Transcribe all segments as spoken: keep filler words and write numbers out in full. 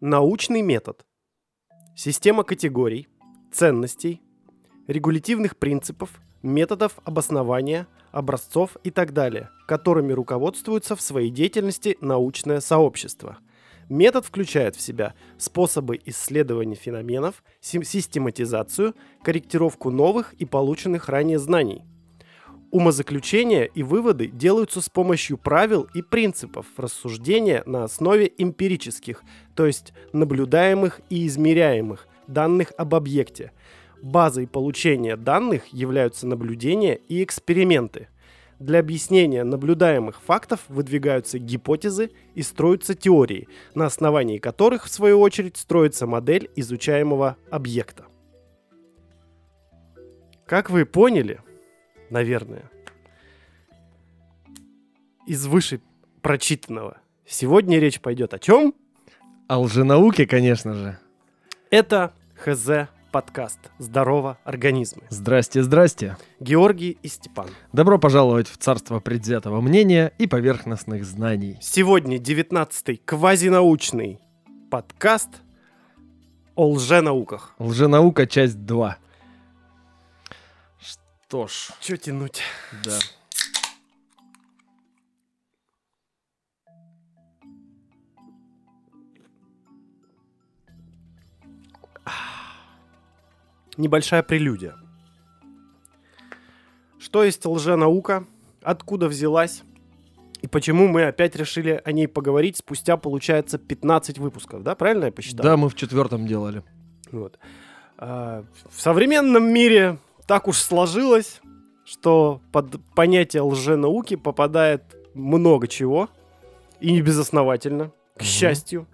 Научный метод. Система категорий, ценностей, регулятивных принципов, методов обоснования, образцов и так далее, которыми руководствуется в своей деятельности научное сообщество. Метод включает в себя способы исследования феноменов, систематизацию, корректировку новых и полученных ранее знаний. Умозаключения и выводы делаются с помощью правил и принципов рассуждения на основе эмпирических, то есть наблюдаемых и измеряемых данных об объекте. Базой получения данных являются наблюдения и эксперименты. Для объяснения наблюдаемых фактов выдвигаются гипотезы и строятся теории, на основании которых, в свою очередь, строится модель изучаемого объекта. Как вы поняли, наверное, из выше прочитанного, сегодня речь пойдет о чем? О лженауке, конечно же. Это ХЗ подкаст «Здорово, организмы». Здрасте, здрасте. Георгий и Степан. Добро пожаловать в царство предвзятого мнения и поверхностных знаний. Сегодня девятнадцатый квазинаучный подкаст о лженауках. Лженаука, часть два. Что ж. Чё тянуть? Да. Небольшая прелюдия. Что есть лженаука? Откуда взялась? И почему мы опять решили о ней поговорить спустя, получается, пятнадцать выпусков, да? Правильно я посчитал? Да, мы в четвертом делали. Вот. А, в современном мире так уж сложилось, что под понятие лженауки попадает много чего, и не безосновательно, к Угу. счастью.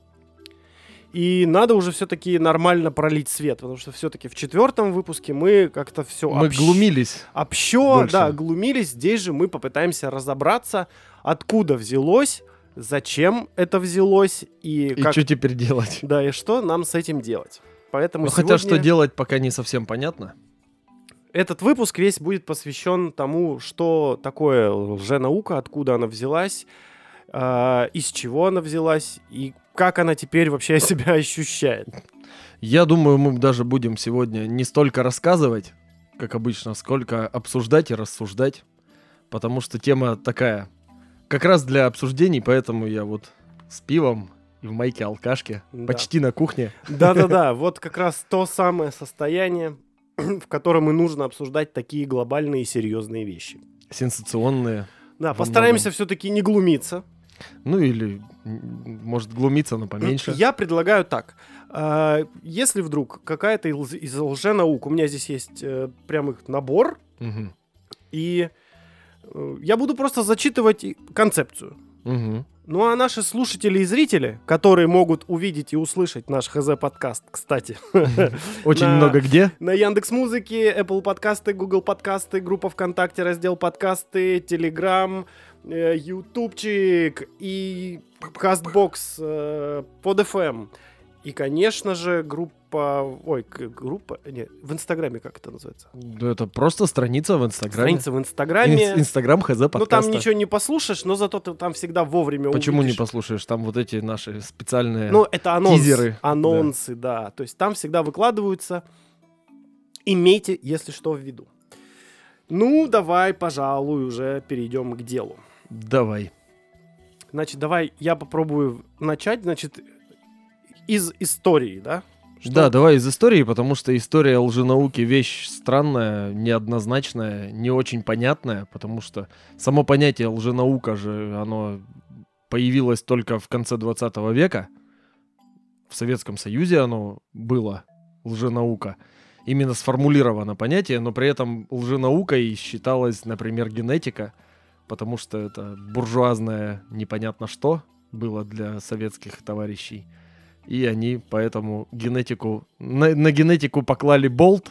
И надо уже все-таки нормально пролить свет, потому что все-таки в четвертом выпуске мы как-то все Мы общ... глумились. общо, больше. да, глумились. Здесь же мы попытаемся разобраться, откуда взялось, зачем это взялось и, И как... что теперь делать? Да, и что нам с этим делать. Поэтому Ну, сегодня... хотя что делать, пока не совсем понятно. Этот выпуск весь будет посвящен тому, что такое лженаука, откуда она взялась, э, из чего она взялась и как она теперь вообще себя ощущает. Я думаю, мы даже будем сегодня не столько рассказывать, как обычно, сколько обсуждать и рассуждать. Потому что тема такая, как раз для обсуждений, поэтому я вот с пивом и в майке алкашки, Да. почти на кухне. Да-да-да, вот как раз то самое состояние, в котором и нужно обсуждать такие глобальные и серьезные вещи. Сенсационные. Да, Во постараемся многом. все-таки не глумиться. Ну или, м, может, глумиться, но поменьше. Я предлагаю так. А, Если вдруг какая-то из из лженаук, у меня здесь есть э, прям их набор, Мгм. и э, я буду просто зачитывать и- концепцию. Мгм. Ну а наши слушатели и зрители, которые могут увидеть и услышать наш ХЗ-подкаст, кстати, Очень На- много где. на Яндекс.Музыке, Apple подкасты, Google подкасты, группа ВКонтакте, раздел подкасты, Telegram, э, Ютубчик и Кастбокс, э, под эф эм. И, конечно же, группа... Ой, к- группа... Не, в Инстаграме как это называется? Да это просто страница в Инстаграме. Страница в Инстаграме. Инс- Инстаграм ХЗ подкаста. Ну, там ничего не послушаешь, но зато ты там всегда вовремя Почему не увидишь. послушаешь? Там вот эти наши специальные... Ну, это анонс, тизеры, анонсы, да. То есть там всегда выкладываются. Имейте, если что, в виду. Ну, давай, пожалуй, уже перейдем к делу. Давай. Значит, давай я попробую начать, значит, из истории, да? Что- Да, давай из истории, потому что история лженауки вещь странная, неоднозначная, не очень понятная, потому что само понятие лженаука же, оно появилось только в конце двадцатого века. В Советском Союзе оно было, лженаука. Именно сформулировано понятие, но при этом лженаукой считалась, например, генетика, потому что это буржуазное непонятно что было для советских товарищей. И они поэтому генетику... На, на генетику поклали болт.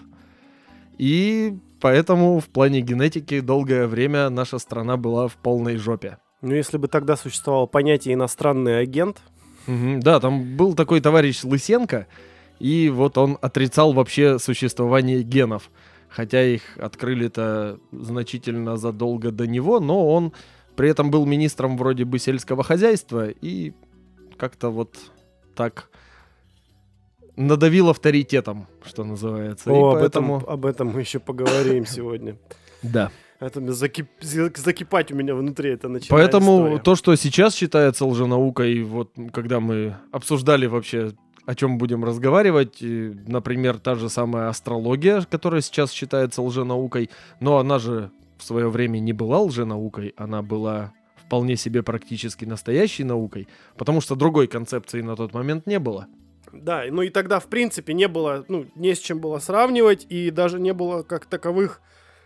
И поэтому в плане генетики долгое время наша страна была в полной жопе. Ну, если бы тогда существовало понятие «иностранный агент», Мгм, да, там был такой товарищ Лысенко, и вот он отрицал вообще существование генов. Хотя их открыли-то значительно задолго до него, но он при этом был министром вроде бы сельского хозяйства и как-то вот так надавил авторитетом, что называется. О, И об, поэтому... этом, об этом мы еще поговорим сегодня. Да. Это закип... закипать у меня внутри это начинает. Поэтому история. то, что сейчас считается лженаукой, вот когда мы обсуждали вообще, о чем будем разговаривать, и, например, та же самая астрология, которая сейчас считается лженаукой, но она же в свое время не была лженаукой, она была вполне себе практически настоящей наукой, потому что другой концепции на тот момент не было. Да, ну и тогда, в принципе, не было, ну, не с чем было сравнивать, и даже не было как таковых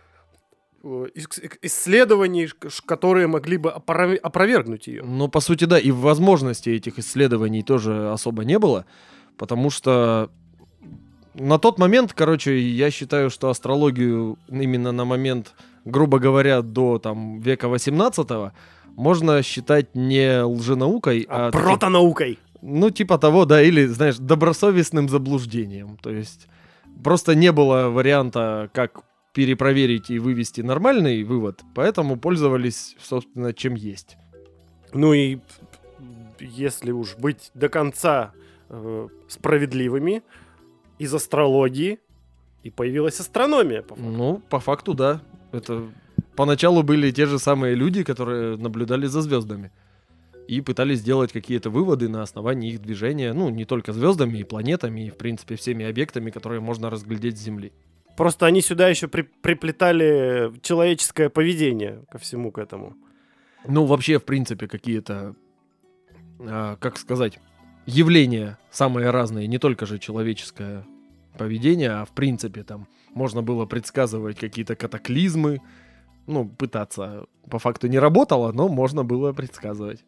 исследований, которые могли бы опровергнуть ее. Ну, по сути, да, и возможности этих исследований тоже особо не было, потому что на тот момент, короче, я считаю, что астрологию именно на момент, грубо говоря, до там века восемнадцатого можно считать не лженаукой, а... а протонаукой. Таким, ну, типа того, да, или, знаешь, добросовестным заблуждением. То есть просто не было варианта, как перепроверить и вывести нормальный вывод, поэтому пользовались, собственно, чем есть. Ну и если уж быть до конца э, справедливыми, из астрологии и появилась астрономия. По факту. Ну, по факту, да. Это поначалу были те же самые люди, которые наблюдали за звездами и пытались сделать какие-то выводы на основании их движения, ну, не только звездами и планетами, и, в принципе, всеми объектами, которые можно разглядеть с Земли. Просто они сюда еще при- приплетали человеческое поведение ко всему к этому. Ну, вообще, в принципе, какие-то, э, как сказать, явления самые разные, не только же человеческое поведение, а в принципе там можно было предсказывать какие-то катаклизмы, ну, пытаться. По факту не работало, но можно было предсказывать.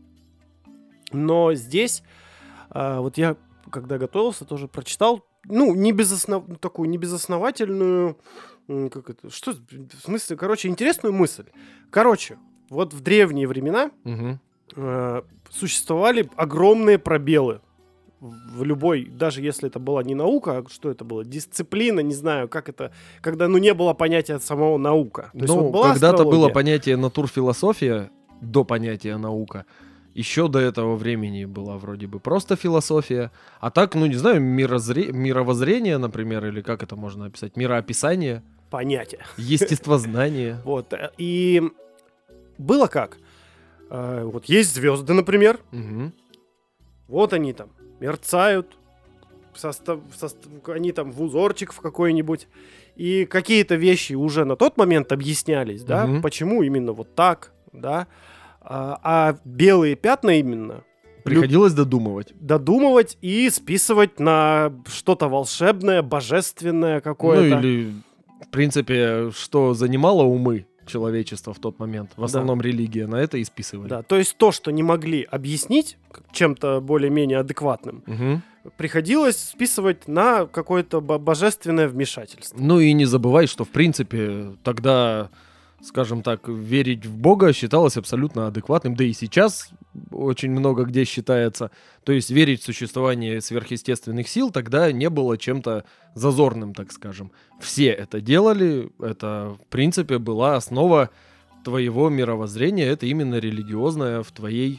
Но здесь, э, вот я, когда готовился, тоже прочитал, ну, не безоснов... такую небезосновательную, как это, что, в смысле, короче, интересную мысль. Короче, вот в древние времена Угу. э, существовали огромные пробелы в любой, даже если это была не наука, а что это было, дисциплина, не знаю, как это, когда, ну, не было понятия самого наука. То есть, Ну, вот была когда-то было астрология. понятие натурфилософия до понятия наука. Еще до этого времени была вроде бы просто философия. А так, ну не знаю, мирозре... мировоззрение, например, или как это можно описать? Мироописание. Понятие. Естествознание. Вот. И было как? Э, вот есть звезды, например. Угу. Вот они там мерцают. Состав, состав, они там в узорчик в какой-нибудь. И какие-то вещи уже на тот момент объяснялись, да? Мгм. Почему именно вот так, да? А, а белые пятна именно Приходилось додумывать. додумывать и списывать на что-то волшебное, божественное какое-то. Ну или, в принципе, что занимало умы человечества в тот момент. В основном религия. На это и списывали. Да, то есть то, что не могли объяснить чем-то более-менее адекватным, Мгм. приходилось списывать на какое-то бо- божественное вмешательство. Ну и не забывай, что, в принципе, тогда, скажем так, верить в Бога считалось абсолютно адекватным. Да и сейчас очень много где считается. То есть верить в существование сверхъестественных сил тогда не было чем-то зазорным, так скажем. Все это делали. Это, в принципе, была основа твоего мировоззрения. Это именно религиозное в твоей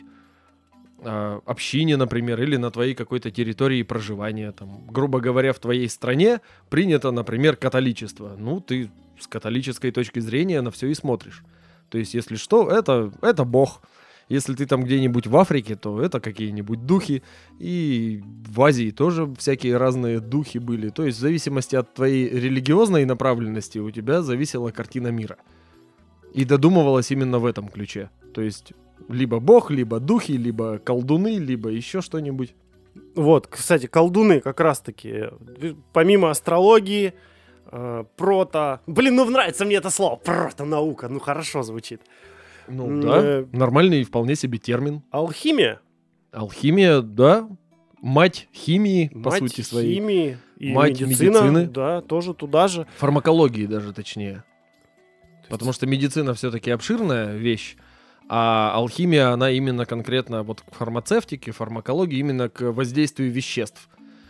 а, общине, например, или на твоей какой-то территории проживания. Там, грубо говоря, в твоей стране принято, например, католичество. Ну, ты с католической точки зрения на все и смотришь. То есть, если что, это, это Бог. Если ты там где-нибудь в Африке, то это какие-нибудь духи. И в Азии тоже всякие разные духи были. То есть, в зависимости от твоей религиозной направленности у тебя зависела картина мира. И додумывалась именно в этом ключе. То есть, либо Бог, либо духи, либо колдуны, либо еще что-нибудь. Вот, кстати, колдуны как раз-таки, помимо астрологии, э, прото... Блин, ну нравится мне это слово, протонаука, ну хорошо звучит. Ну М, да, э, нормальный вполне себе термин. Алхимия, Алхимия, да, мать химии, по мать сути своей. химии и Мать медицина, медицины. да, тоже туда же. Фармакологии даже точнее. Потому что медицина все-таки обширная вещь, а алхимия, она именно конкретно вот к фармацевтике, фармакологии, именно к воздействию веществ.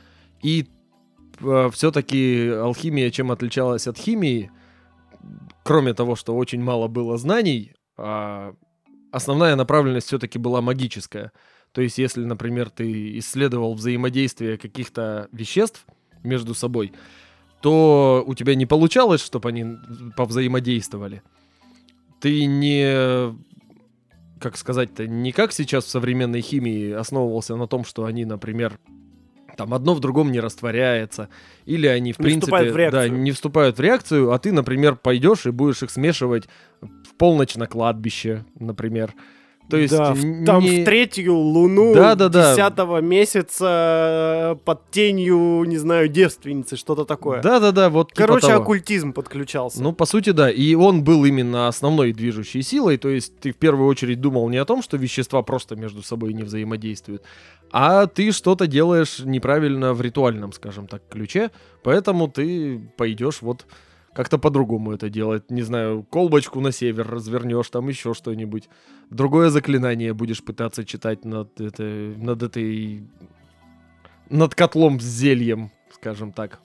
И э, все-таки алхимия чем отличалась от химии, кроме того, что очень мало было знаний, а основная направленность все-таки была магическая. То есть, если, например, ты исследовал взаимодействие каких-то веществ между собой, то у тебя не получалось, чтобы они повзаимодействовали. Ты не, как сказать-то, не как сейчас в современной химии основывался на том, что они, например, там одно в другом не растворяется, или они, в Не принципе, вступают в реакцию. да, не вступают в реакцию, а ты, например, пойдешь и будешь их смешивать в полночь на кладбище, например. То есть да, в- н- там не- в третью луну Да-да-да. десятого месяца под тенью, не знаю, девственницы, что-то такое. Да-да-да, вот типа Короче, того. оккультизм подключался. Ну, по сути, да. И он был именно основной движущей силой. То есть ты в первую очередь думал не о том, что вещества просто между собой не взаимодействуют, а ты что-то делаешь неправильно в ритуальном, скажем так, ключе. Поэтому ты пойдешь вот как-то по-другому это делать. Не знаю, колбочку на север развернешь, там еще что-нибудь. Другое заклинание будешь пытаться читать над, этой, над этой... над котлом с зельем, скажем так.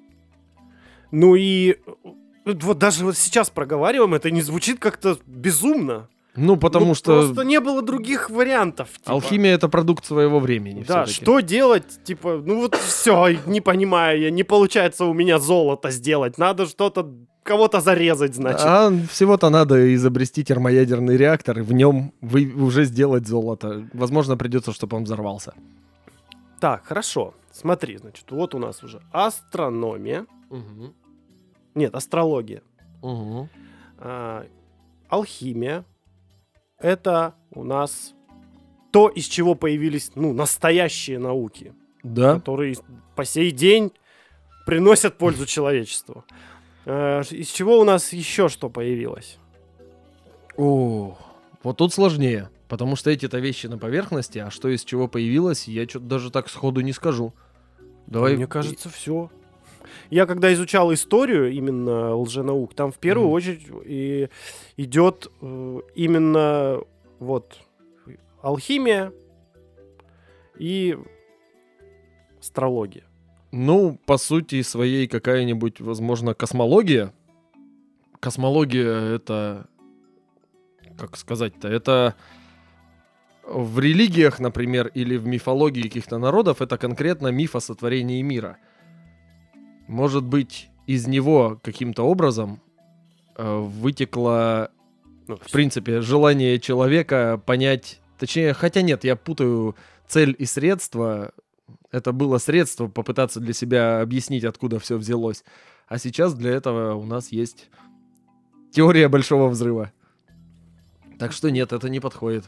Ну и э, вот даже вот сейчас проговариваем, это не звучит как-то безумно. Ну, потому Ну, что просто не было других вариантов. типа. алхимия — это продукт своего времени. Да, всё-таки. что делать? Типа, ну вот все, не понимаю я, не получается у меня золото сделать. Надо что-то, кого-то зарезать, значит. А всего-то надо изобрести термоядерный реактор и в нем вы уже сделать золото. Возможно, придется, чтобы он взорвался. Так, хорошо. Смотри, значит, вот у нас уже астрономия. Нет, астрология. Угу. А, алхимия. Это у нас то, из чего появились, ну, настоящие науки, Да. которые по сей день приносят пользу человечеству. А, из чего у нас еще что появилось? О, вот тут сложнее. Потому что эти-то вещи на поверхности, а что из чего появилось, я что-то даже так сходу не скажу. Давай. Мне кажется, все. Я когда изучал историю именно лженаук, там в первую Мгм. очередь и идет э, именно вот алхимия и астрология. Ну, по сути своей какая-нибудь, возможно, космология. Космология — это... Как сказать-то? Это... В религиях, например, или в мифологии каких-то народов, это конкретно миф о сотворении мира. Может быть, из него каким-то образом э, вытекло, Ну, в принципе, желание человека понять... Точнее, хотя нет, я путаю цель и средства. Это было средство попытаться для себя объяснить, откуда все взялось. А сейчас для этого у нас есть теория Большого Взрыва. Так что нет, это не подходит.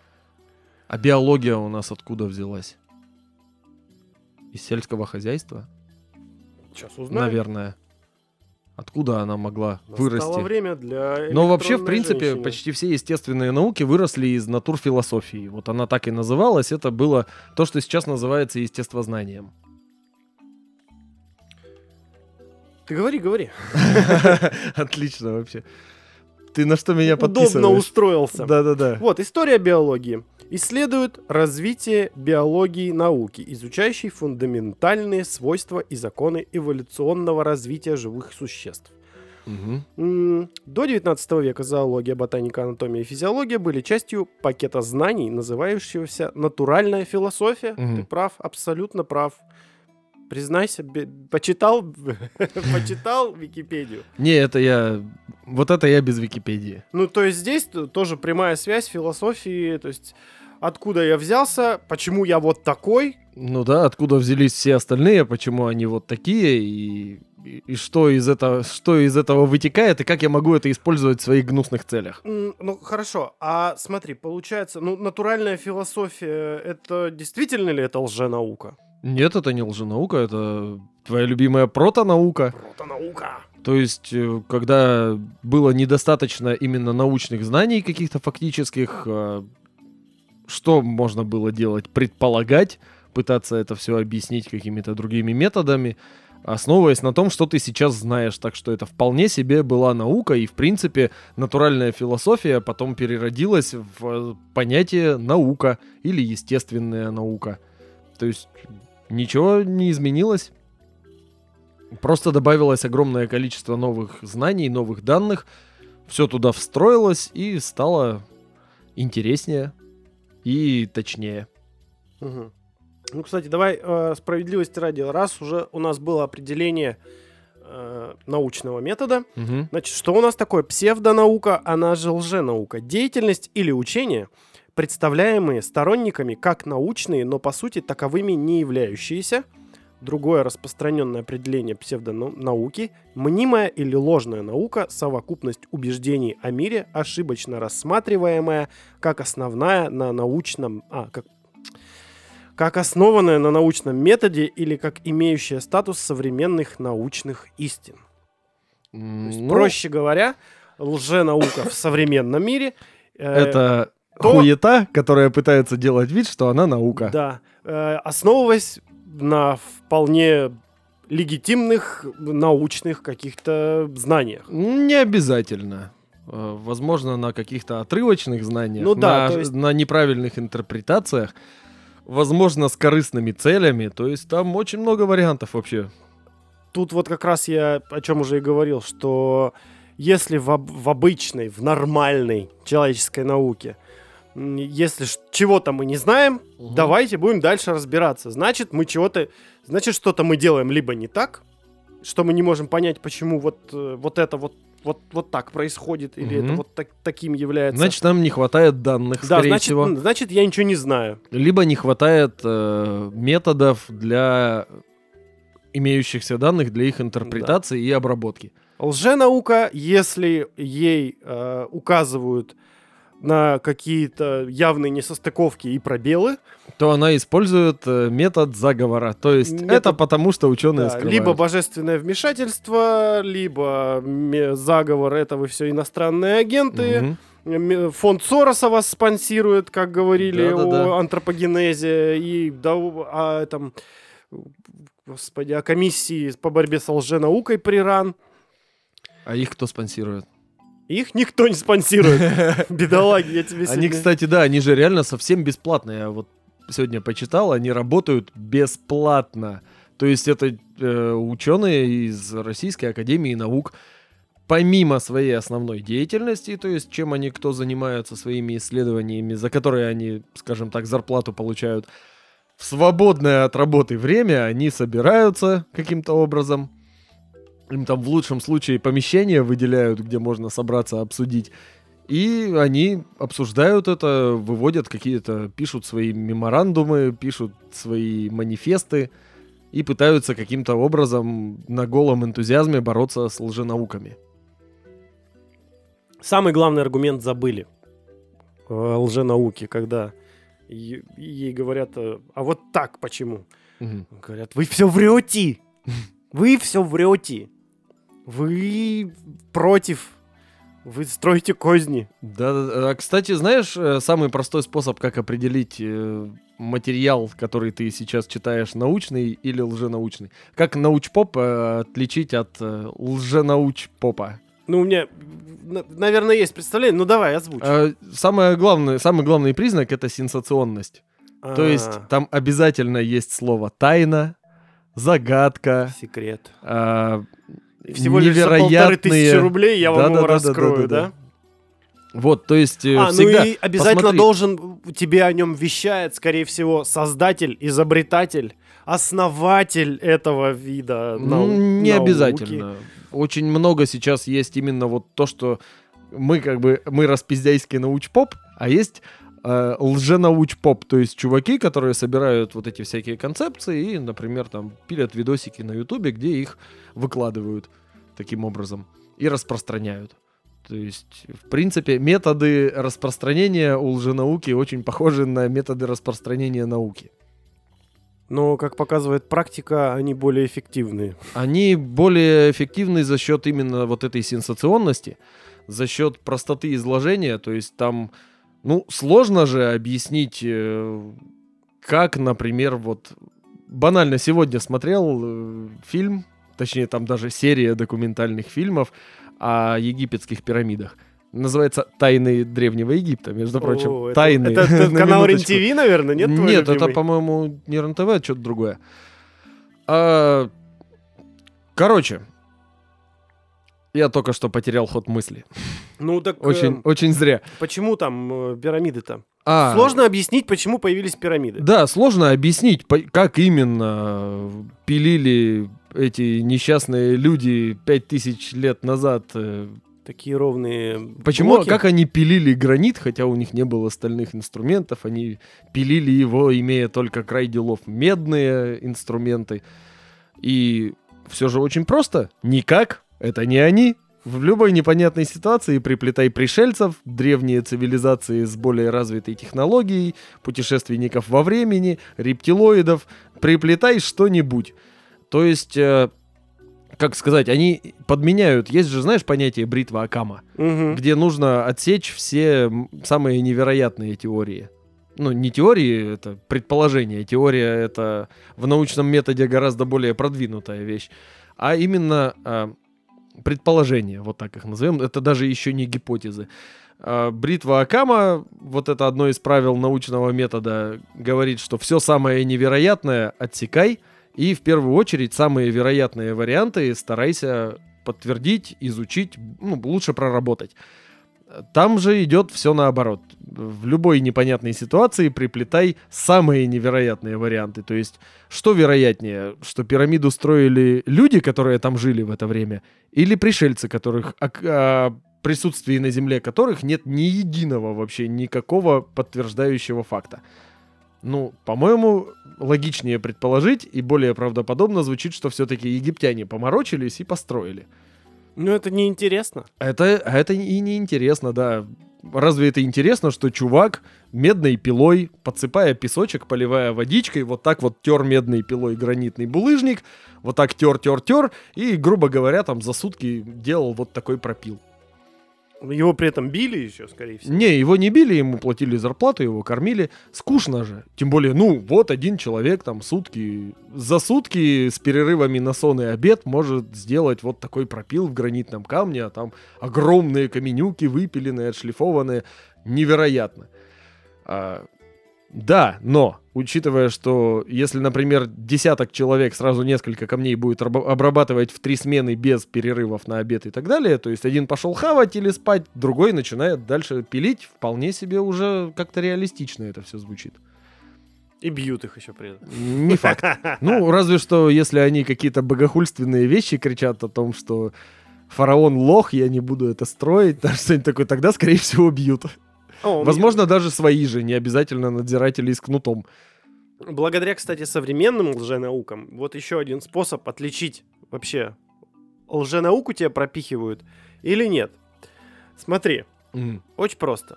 А биология у нас откуда взялась? Из сельского хозяйства? сейчас узнаем. Наверное. Откуда она могла Настало вырасти? время для Но вообще, в электронной принципе, женщины. почти все естественные науки выросли из натурфилософии. Вот она так и называлась. Это было то, что сейчас называется естествознанием. Ты говори, говори. Отлично вообще. Ты на что меня Удобно подписываешь? устроился. Да-да-да. Вот, история биологии. Исследует развитие биологии науки, изучающей фундаментальные свойства и законы эволюционного развития живых существ. Мгм. М, До девятнадцатого века зоология, ботаника, анатомия и физиология были частью пакета знаний, называющегося натуральная философия. Мгм. Ты прав, абсолютно прав. Признайся, бе- почитал, почитал Википедию. Не, это я... Вот это я без Википедии. Ну, то есть здесь т- тоже прямая связь философии, то есть откуда я взялся, почему я вот такой. Ну да, откуда взялись все остальные, почему они вот такие, и, и, и что, из этого, что из этого вытекает, и как я могу это использовать в своих гнусных целях. М, Ну, хорошо, а смотри, получается, ну, натуральная философия, это действительно ли это лженаука? Нет, это не лженаука, это твоя любимая протонаука. Протонаука. То есть, э, когда было недостаточно именно научных знаний каких-то фактических, э, что можно было делать? Предполагать, пытаться это все объяснить какими-то другими методами, основываясь на том, что ты сейчас знаешь. Так что это вполне себе была наука, и, в принципе, натуральная философия потом переродилась в э, понятие наука или естественная наука. То есть ничего не изменилось. Просто добавилось огромное количество новых знаний, новых данных. Все туда встроилось и стало интереснее и точнее. Угу. Ну, кстати, давай э, справедливости ради. Раз уже у нас было определение э, научного метода, Угу. значит, что у нас такое? Псевдонаука, она же лженаука. Деятельность или учение, представляемые сторонниками как научные, но по сути таковыми не являющиеся. Другое распространенное определение псевдонауки – мнимая или ложная наука, совокупность убеждений о мире, ошибочно рассматриваемая как основная на научном, а, как, как основанная на научном методе или как имеющая статус современных научных истин. То есть, Ну, проще говоря, лженаука в современном мире э, это то- хуета, которая пытается делать вид, что она наука. да, э, основываясь на вполне легитимных научных каких-то знаниях. Не обязательно. Э, Возможно, на каких-то отрывочных знаниях, Ну да, на, то есть- на неправильных интерпретациях, возможно, с корыстными целями. То есть там очень много вариантов вообще. Тут вот как раз я о чем уже и говорил, что если в, об- в обычной, в нормальной человеческой науке, м, если ш- чего-то мы не знаем, Мгм. давайте будем дальше разбираться. Значит, мы чего-то, значит, что-то мы делаем либо не так, что мы не можем понять, почему вот, э, вот это вот, вот, вот так происходит, или Мгм. это вот так- таким является. Значит, нам не хватает данных, да, скорее значит, всего. м, значит, я ничего не знаю. Либо не хватает э, методов для имеющихся данных для их интерпретации и обработки. Лженаука, если ей э, указывают на какие-то явные несостыковки и пробелы, То она использует э, метод заговора. То есть Метод- это потому, что ученые да, скрывают. либо божественное вмешательство, либо ме- заговор, это вы все иностранные агенты. Мгм. М, Фонд Сороса вас спонсирует, как говорили Да-да-да. о антропогенезе и да, о этом, господи, о комиссии по борьбе с лженаукой при РАН. А их кто спонсирует? Их никто не спонсирует. Бедолаги, я тебе Они, сегодня... кстати, да, они же реально совсем бесплатные. Я вот сегодня почитал, они работают бесплатно. То есть это э, ученые из Российской Академии Наук, помимо своей основной деятельности, то есть чем они, кто занимаются своими исследованиями, за которые они, скажем так, зарплату получают, в свободное от работы время они собираются каким-то образом. Им там в лучшем случае помещение выделяют, где можно собраться, обсудить. И они обсуждают это, выводят какие-то, пишут свои меморандумы, пишут свои манифесты и пытаются каким-то образом на голом энтузиазме бороться с лженауками. Самый главный аргумент забыли э, лженауки, когда е- ей говорят, э, а вот так почему? Мгм. Говорят, вы все врете, вы все врете, вы против, вы строите козни. Да, да, а, кстати, знаешь, э, самый простой способ, как определить э, материал, который ты сейчас читаешь, научный или лженаучный? Как научпоп э, отличить от э, лженаучпопа? Ну, у меня, на- наверное, есть представление, ну давай, озвучь. А, самое главное, самый главный признак — это сенсационность. То есть А, там обязательно есть слово «тайна», «загадка», секрет. а, Всего лишь за полторы тысячи невероятные... рублей я вам его Да-да-да-да-да-да-да. раскрою, да? Вот, то есть э, А, всегда... ну и обязательно посмотри. должен, тебе о нем вещает, скорее всего, создатель, изобретатель, основатель этого вида Ну, нау- не науки. обязательно. Очень много сейчас есть именно вот то, что мы как бы, мы распиздяйский научпоп, а есть э, лженаучпоп, то есть чуваки, которые собирают вот эти всякие концепции и, например, там пилят видосики на ютубе, где их выкладывают таким образом и распространяют. То есть, в принципе, методы распространения у лженауки очень похожи на методы распространения науки. Но, как показывает практика, они более эффективные. Они более эффективны за счет именно вот этой сенсационности, за счет простоты изложения. То есть там, ну, сложно же объяснить, э, как, например, вот банально сегодня смотрел э, фильм, точнее там даже серия документальных фильмов о египетских пирамидах. Называется «Тайны Древнего Египта», между прочим. О, это- Тайны. Это, это на канал минуточку. РЕН-ТВ, наверное, нет? твой Нет, это, любимый? по-моему, не РЕН-ТВ, а что-то другое. А, короче, Я только что потерял ход мысли. Ну так... Очень, э, очень зря. Почему там э, пирамиды-то? А, Сложно объяснить, почему появились пирамиды. Да, сложно объяснить, по- как именно пилили эти несчастные люди пять тысяч лет назад. э, Такие ровные Почему, блоки. как они пилили гранит, хотя у них не было остальных инструментов, они пилили его, имея только край делов медные инструменты. И все же очень просто. Никак, это не они. В любой непонятной ситуации приплетай пришельцев, древние цивилизации с более развитой технологией, путешественников во времени, рептилоидов, приплетай что-нибудь. То есть, э, как сказать, они подменяют, есть же, знаешь, понятие бритва Окама, Мгм. где нужно отсечь все м, самые невероятные теории. Ну, не теории, это предположения. Теория — это в научном методе гораздо более продвинутая вещь. А именно э, предположения, вот так их назовем. Это даже еще не гипотезы. Э, бритва Окама, вот это одно из правил научного метода, говорит, что все самое невероятное отсекай, и в первую очередь самые вероятные варианты старайся подтвердить, изучить, ну, лучше проработать. Там же идет все наоборот. В любой непонятной ситуации приплетай самые невероятные варианты. То есть, что вероятнее, что пирамиду строили люди, которые там жили в это время, или пришельцы, которых, о, о присутствии на Земле которых нет ни единого вообще никакого подтверждающего факта. Ну, по-моему, логичнее предположить и более правдоподобно звучит, что все-таки египтяне поморочились и построили. Ну это неинтересно. Это, это и не интересно, да. Разве это интересно, что чувак медной пилой, подсыпая песочек, поливая водичкой, вот так вот тер медной пилой гранитный булыжник, вот так тер-тер-тер, и, грубо говоря, там за сутки делал вот такой пропил. Его при этом били еще, скорее всего. Не, его не били, ему платили зарплату, его кормили. Скучно же. Тем более, ну, вот один человек там сутки, за сутки с перерывами на сон и обед может сделать вот такой пропил в гранитном камне, а там огромные каменюки, выпиленные, отшлифованные. Невероятно. А, да, но, учитывая, что если, например, десяток человек сразу несколько камней будет рабо- обрабатывать в три смены без перерывов на обед и так далее, то есть один пошел хавать или спать, другой начинает дальше пилить, вполне себе уже как-то реалистично это все звучит. И бьют их еще при этом. Не факт. Ну, разве что, если они какие-то богохульственные вещи кричат о том, что фараон лох, я не буду это строить, там что-нибудь такое, тогда, скорее всего, бьют. О, Возможно, даже свои же, не обязательно надзиратели с кнутом. Благодаря, кстати, современным лженаукам, вот еще один способ отличить вообще, лженауку тебе пропихивают или нет. Смотри, М. очень просто.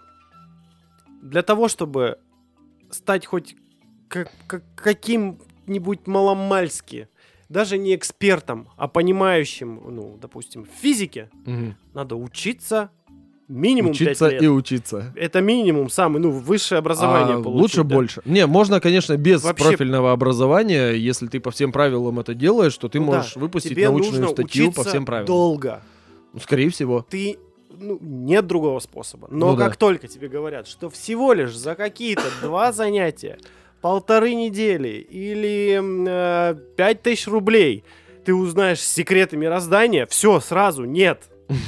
Для того, чтобы стать хоть как- как- каким-нибудь маломальски, даже не экспертом, а понимающим, ну, допустим, в физике, Мгм. надо учиться минимум пять Учиться лет. и учиться. Это минимум самый, ну, высшее образование А получить. лучше да. больше. Не, можно, конечно, без Вообще- профильного образования, если ты по всем правилам это делаешь, то ты Ну да, можешь выпустить тебе научную нужно статью по учиться всем правилам. долго. Ну, скорее всего. Ты, ну, нет другого способа. Но Ну да. как только тебе говорят, что всего лишь за какие-то два занятия, полторы недели или м, э, пять тысяч рублей ты узнаешь секреты мироздания, все, сразу нет.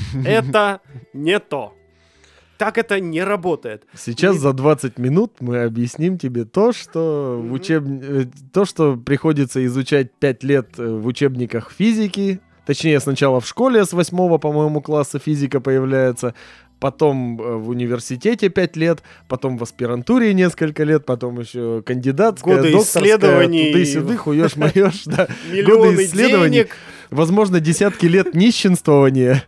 Это не то. Так это не работает. Сейчас И- за двадцать минут мы объясним тебе то, что в Мгм. учеб... э, то, что приходится изучать пять лет э, в учебниках физики. Точнее, сначала в школе с восьмого, по-моему, класса физика появляется, потом э, в университете пять лет, потом в аспирантуре несколько лет, потом еще кандидатская, Годы докторская, исследований. туда-сюда, хуешь-моешь, да. Миллионы Годы исследований. денег. Возможно, десятки лет нищенствования.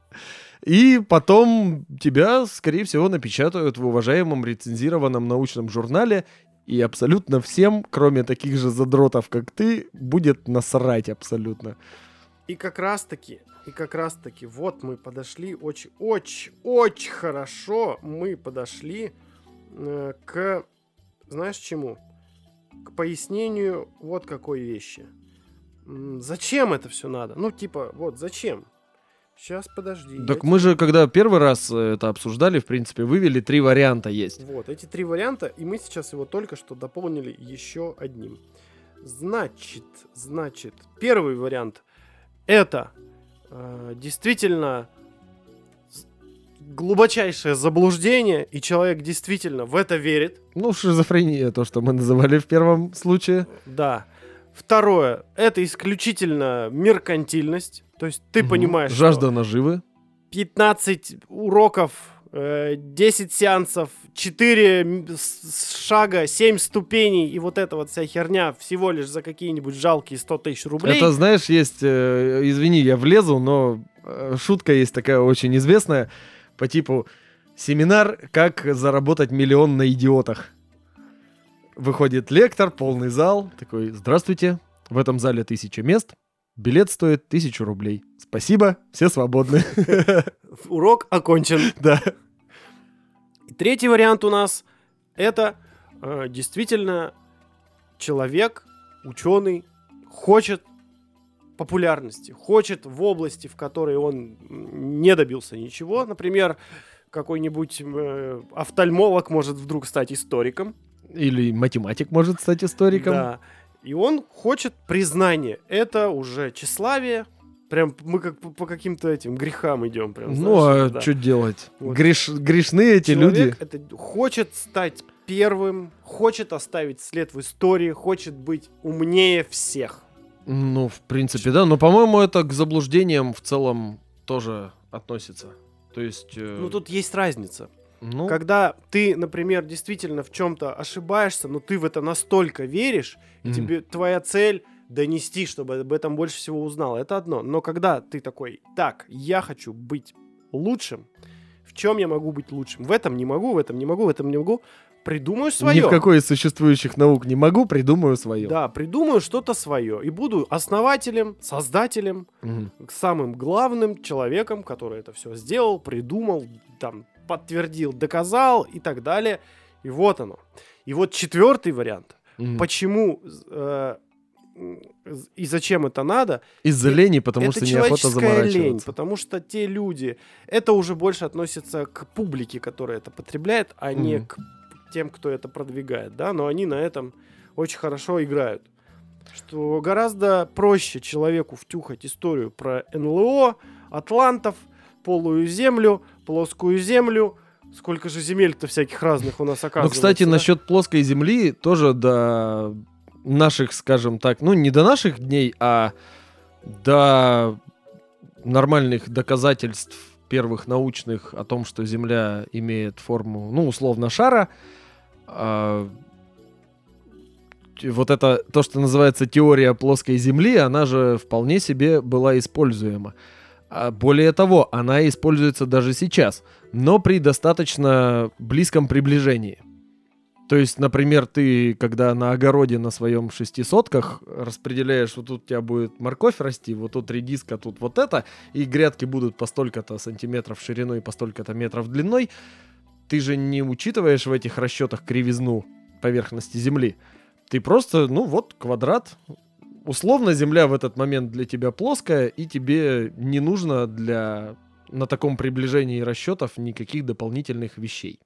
И потом тебя, скорее всего, напечатают в уважаемом рецензированном научном журнале, и абсолютно всем, кроме таких же задротов, как ты, будет насрать абсолютно. И как раз таки, и как раз таки, вот мы подошли очень, очень, очень хорошо мы подошли э, к, знаешь чему? К пояснению вот какой вещи. М, Зачем это все надо? Ну, типа, вот зачем? Сейчас, подожди. я Так тебе- мы же, когда первый раз э, это обсуждали, в принципе, вывели три варианта есть. Вот, эти три варианта, и мы сейчас его только что дополнили еще одним. Значит, значит, первый вариант это э, действительно глубочайшее заблуждение, и человек действительно в это верит. Ну, шизофрения, то, что мы называли в первом случае. Да. Второе, это исключительно меркантильность. То есть ты Мгм. понимаешь, Жажда что наживы. пятнадцать уроков, э, десять сеансов, четыре м- с- шага, семь ступеней, и вот эта вот вся херня всего лишь за какие-нибудь жалкие сто тысяч рублей. Это, знаешь, есть, э, извини, я влезу, но э, шутка есть такая очень известная по типу «Семинар «Как заработать миллион на идиотах». Выходит лектор, полный зал, такой: «Здравствуйте, в этом зале тысяча мест, билет стоит тысячу рублей. Спасибо, все свободны». Урок окончен. Да. И третий вариант у нас это э, действительно человек, ученый, хочет популярности, хочет в области, в которой он м, не добился ничего. Например, какой-нибудь э, офтальмолог может вдруг стать историком. Или математик может стать историком. Да. И он хочет признания. Это уже тщеславие. Прям мы как по, по каким-то этим грехам идем. Прям, Ну, знаешь, а да. что делать? Вот. Греш... Грешны эти люди. Человек это хочет стать первым, хочет оставить след в истории, хочет быть умнее всех. Ну, в принципе, да. Но, по-моему, это к заблуждениям в целом тоже относится. То есть... э, Ну, тут есть разница. ну, Когда ты, например, действительно в чем-то ошибаешься, но ты в это настолько веришь, и Мгм. тебе твоя цель донести, чтобы об этом больше всего узнал, это одно. Но когда ты такой: так, я хочу быть лучшим, в чем я могу быть лучшим? В этом не могу, в этом не могу, в этом не могу. Придумаю свое. ни в какой из существующих наук не могу, придумаю свое. Да, придумаю что-то свое. И буду основателем, создателем, Мгм. самым главным человеком, который это все сделал, придумал, там, подтвердил, доказал и так далее. И вот оно. И вот четвертый вариант. Мгм. Почему э, м, и зачем это надо? Из-за э- лени, потому это что неохота человеческая лень, заморачиваться. потому что те люди, это уже больше относится к публике, которая это потребляет, а не Мгм. к тем, кто это продвигает, да, но они на этом очень хорошо играют. Что гораздо проще человеку втюхать историю про эн эл о, атлантов, полую землю, плоскую землю. Сколько же земель-то всяких разных у нас Ну, оказывается. кстати, да? насчет плоской земли тоже до наших, скажем так, ну, не до наших дней, а до нормальных доказательств первых научных о том, что Земля имеет форму, ну, условно, шара. а, т- Вот это, то, что называется теория плоской Земли, она же вполне себе была используема. А более того, она используется даже сейчас, но при достаточно близком приближении. То есть, например, ты, когда на огороде на своем шестисотках распределяешь, вот тут у тебя будет морковь расти, вот тут редиска, тут вот это, и грядки будут по столько-то сантиметров шириной, по столько-то метров длиной, ты же не учитываешь в этих расчетах кривизну поверхности Земли. Ты просто, ну вот, квадрат. Условно, Земля в этот момент для тебя плоская, и тебе не нужно для на таком приближении расчетов никаких дополнительных вещей.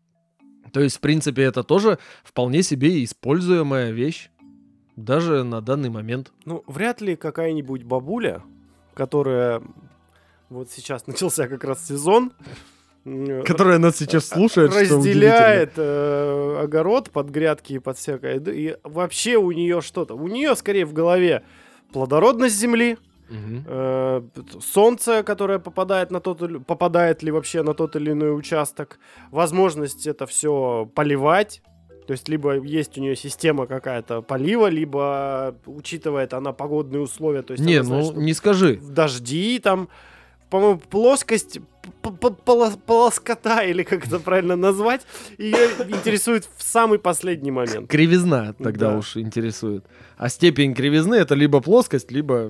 То есть, в принципе, это тоже вполне себе используемая вещь, даже на данный момент. Ну, вряд ли какая-нибудь бабуля, которая вот сейчас начался как раз сезон, м, Которая нас сейчас слушает, что удивительно. разделяет э, огород под грядки и под всякое. д- И вообще у нее что-то. У нее скорее в голове плодородность земли, Мгм. э, т- солнце, которое попадает на тот или- попадает ли вообще на тот или иной участок, возможность это все поливать. То есть либо есть у нее система какая-то полива, либо учитывает она погодные условия. То есть Не, она знает, ну что не скажи. в дожди там, по-моему, плоскость п- п- полос- полоскота, или как это правильно назвать, ее интересует в самый последний момент. Кривизна тогда Да. уж интересует. А степень кривизны — это либо плоскость, либо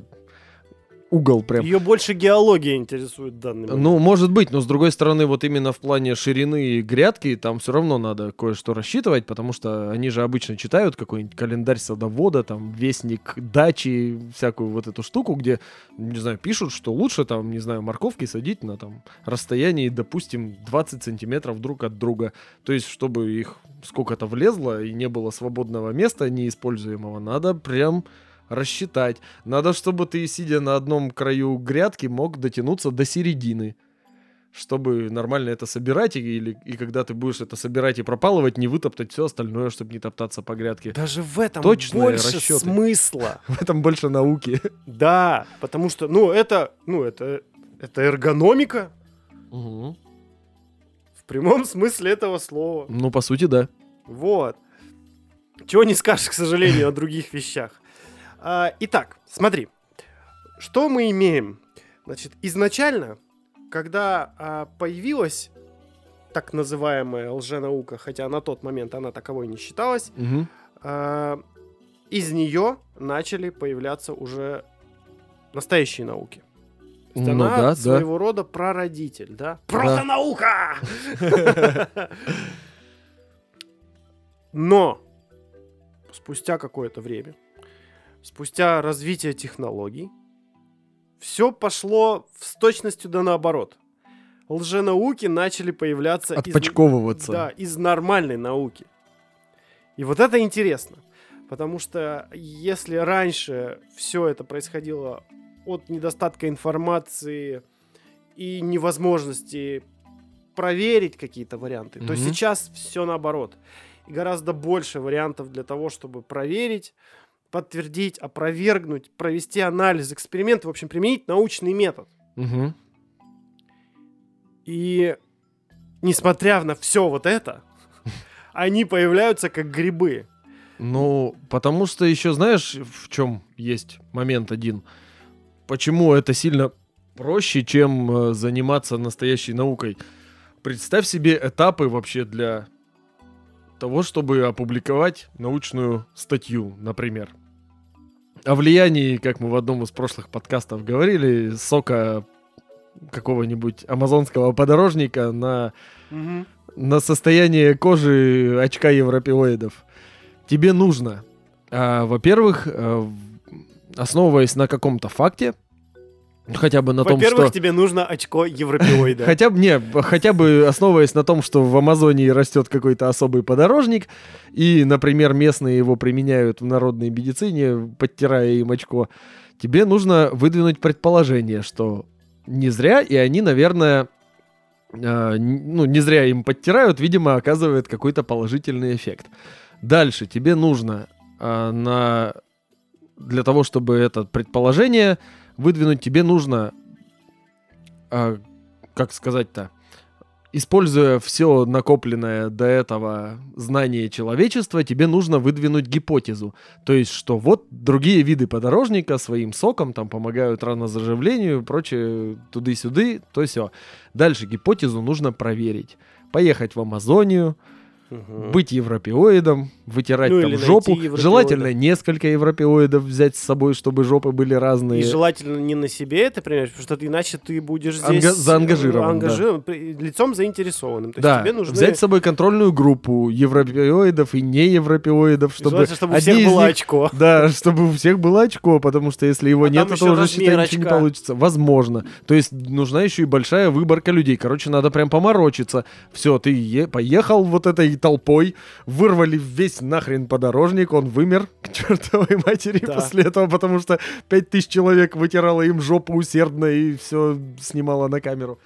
угол прям. Ее больше геология интересует в данный момент. Ну, может быть, но с другой стороны, вот именно в плане ширины грядки, там все равно надо кое-что рассчитывать, потому что они же обычно читают какой-нибудь календарь садовода, там, вестник дачи, всякую вот эту штуку, где, не знаю, пишут, что лучше там, не знаю, морковки садить на там расстоянии, допустим, двадцать сантиметров друг от друга. То есть, чтобы их сколько-то влезло и не было свободного места неиспользуемого, надо прям рассчитать. Надо, чтобы ты, сидя на одном краю грядки, мог дотянуться до середины, чтобы нормально это собирать, и, или, и когда ты будешь это собирать и пропалывать, не вытоптать все остальное, чтобы не топтаться по грядке. Даже в этом Точные больше расчеты. смысла. В этом больше науки. Да, потому что, ну, это, ну, это, это эргономика Угу. в прямом смысле этого слова. Ну, по сути, да. Вот. Чего не скажешь, к сожалению, о других вещах. А, итак, смотри. Что мы имеем? Значит, изначально, когда а, появилась так называемая лженаука, хотя на тот момент она таковой не считалась, Угу. а, из нее начали появляться уже настоящие науки. То есть Ну она да, своего да. рода прародитель, да? Протонаука! Но спустя какое-то время, спустя развитие технологий, все пошло с точностью да наоборот. Лженауки начали появляться из, Отпочковываться. да, из нормальной науки. И вот это интересно. Потому что если раньше все это происходило от недостатка информации и невозможности проверить какие-то варианты, то Мгм. сейчас все наоборот. И гораздо больше вариантов для того, чтобы проверить, подтвердить, опровергнуть, провести анализ, эксперимент, в общем, применить научный метод. Угу. И несмотря на все вот это, они появляются как грибы. Ну, потому что еще знаешь, в чем есть момент один? Почему это сильно проще, чем э, заниматься настоящей наукой? Представь себе этапы вообще для того, чтобы опубликовать научную статью, например. О влиянии, как мы в одном из прошлых подкастов говорили, сока какого-нибудь амазонского подорожника на, на состояние кожи очка европеоидов. Тебе нужно, а, во-первых, а, в- основываясь на каком-то факте, хотя бы на том, Во-первых, что... тебе нужно очко европеоида. Хотя бы, не, хотя бы основываясь на том, что в Амазонии растет какой-то особый подорожник, и, например, местные его применяют в народной медицине, подтирая им очко, тебе нужно выдвинуть предположение, что не зря, и они, наверное, э, н- ну, не зря им подтирают, видимо, оказывает какой-то положительный эффект. Дальше тебе нужно э, на... для того, чтобы это предположение выдвинуть, тебе нужно, а, как сказать-то, используя все накопленное до этого знание человечества, тебе нужно выдвинуть гипотезу. То есть, что вот другие виды подорожника своим соком там помогают ранозаживлению, прочее, туды-сюды, то все. Дальше гипотезу нужно проверить. Поехать в Амазонию, Мгм. быть европеоидом, вытирать Ну, там или найти жопу. европеоида. Желательно несколько европеоидов взять с собой, чтобы жопы были разные. И желательно не на себе это применять, потому что ты, иначе ты будешь здесь Анга- заангажирован, э, ангажирован, при- лицом заинтересованным. То есть Да, тебе нужны... взять с собой контрольную группу европеоидов и неевропеоидов, чтобы, Желательно, чтобы у одни всех из было них- очко. Да, чтобы у всех было очко, потому что если его А нет, там то еще уже, размер считай, ничего не очка. получится. Возможно. То есть нужна еще и большая выборка людей. Короче, надо прям поморочиться. Все, ты е- поехал вот этой толпой, вырвали весь нахрен подорожник, он вымер к чертовой матери Да. после этого, потому что пять тысяч человек вытирало им жопу усердно и все снимало на камеру.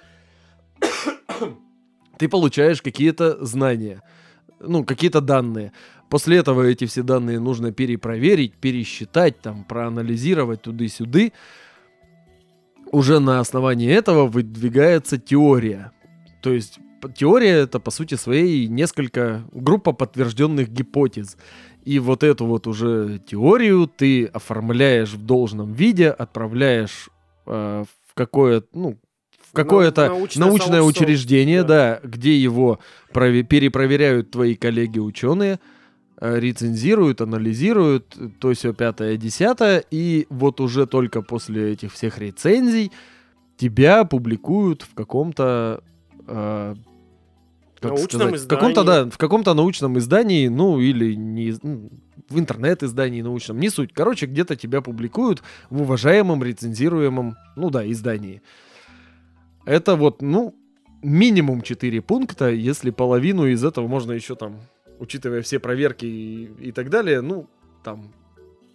Ты получаешь какие-то знания, ну, какие-то данные. После этого эти все данные нужно перепроверить, пересчитать, там, проанализировать туды-сюды. Уже на основании этого выдвигается теория. То есть п- теория — это, по сути своей, несколько группа подтвержденных гипотез. И вот эту вот уже теорию ты оформляешь в должном виде, отправляешь э, в какое-то, ну, в какое-то научное научное сообщество, учреждение, да. да, где его прове- перепроверяют твои коллеги-ученые, э, рецензируют, анализируют, то все пятое, десятое, и вот уже только после этих всех рецензий тебя публикуют в каком-то э, как Научном сказать, в каком-то, издании. да, в каком-то научном издании, ну или не, из- ну, в интернет-издании научном, не суть. Короче, где-то тебя публикуют в уважаемом, рецензируемом, ну да, издании. Это вот, ну, минимум четыре пункта, если половину из этого можно еще там, учитывая все проверки и, и так далее, ну, там,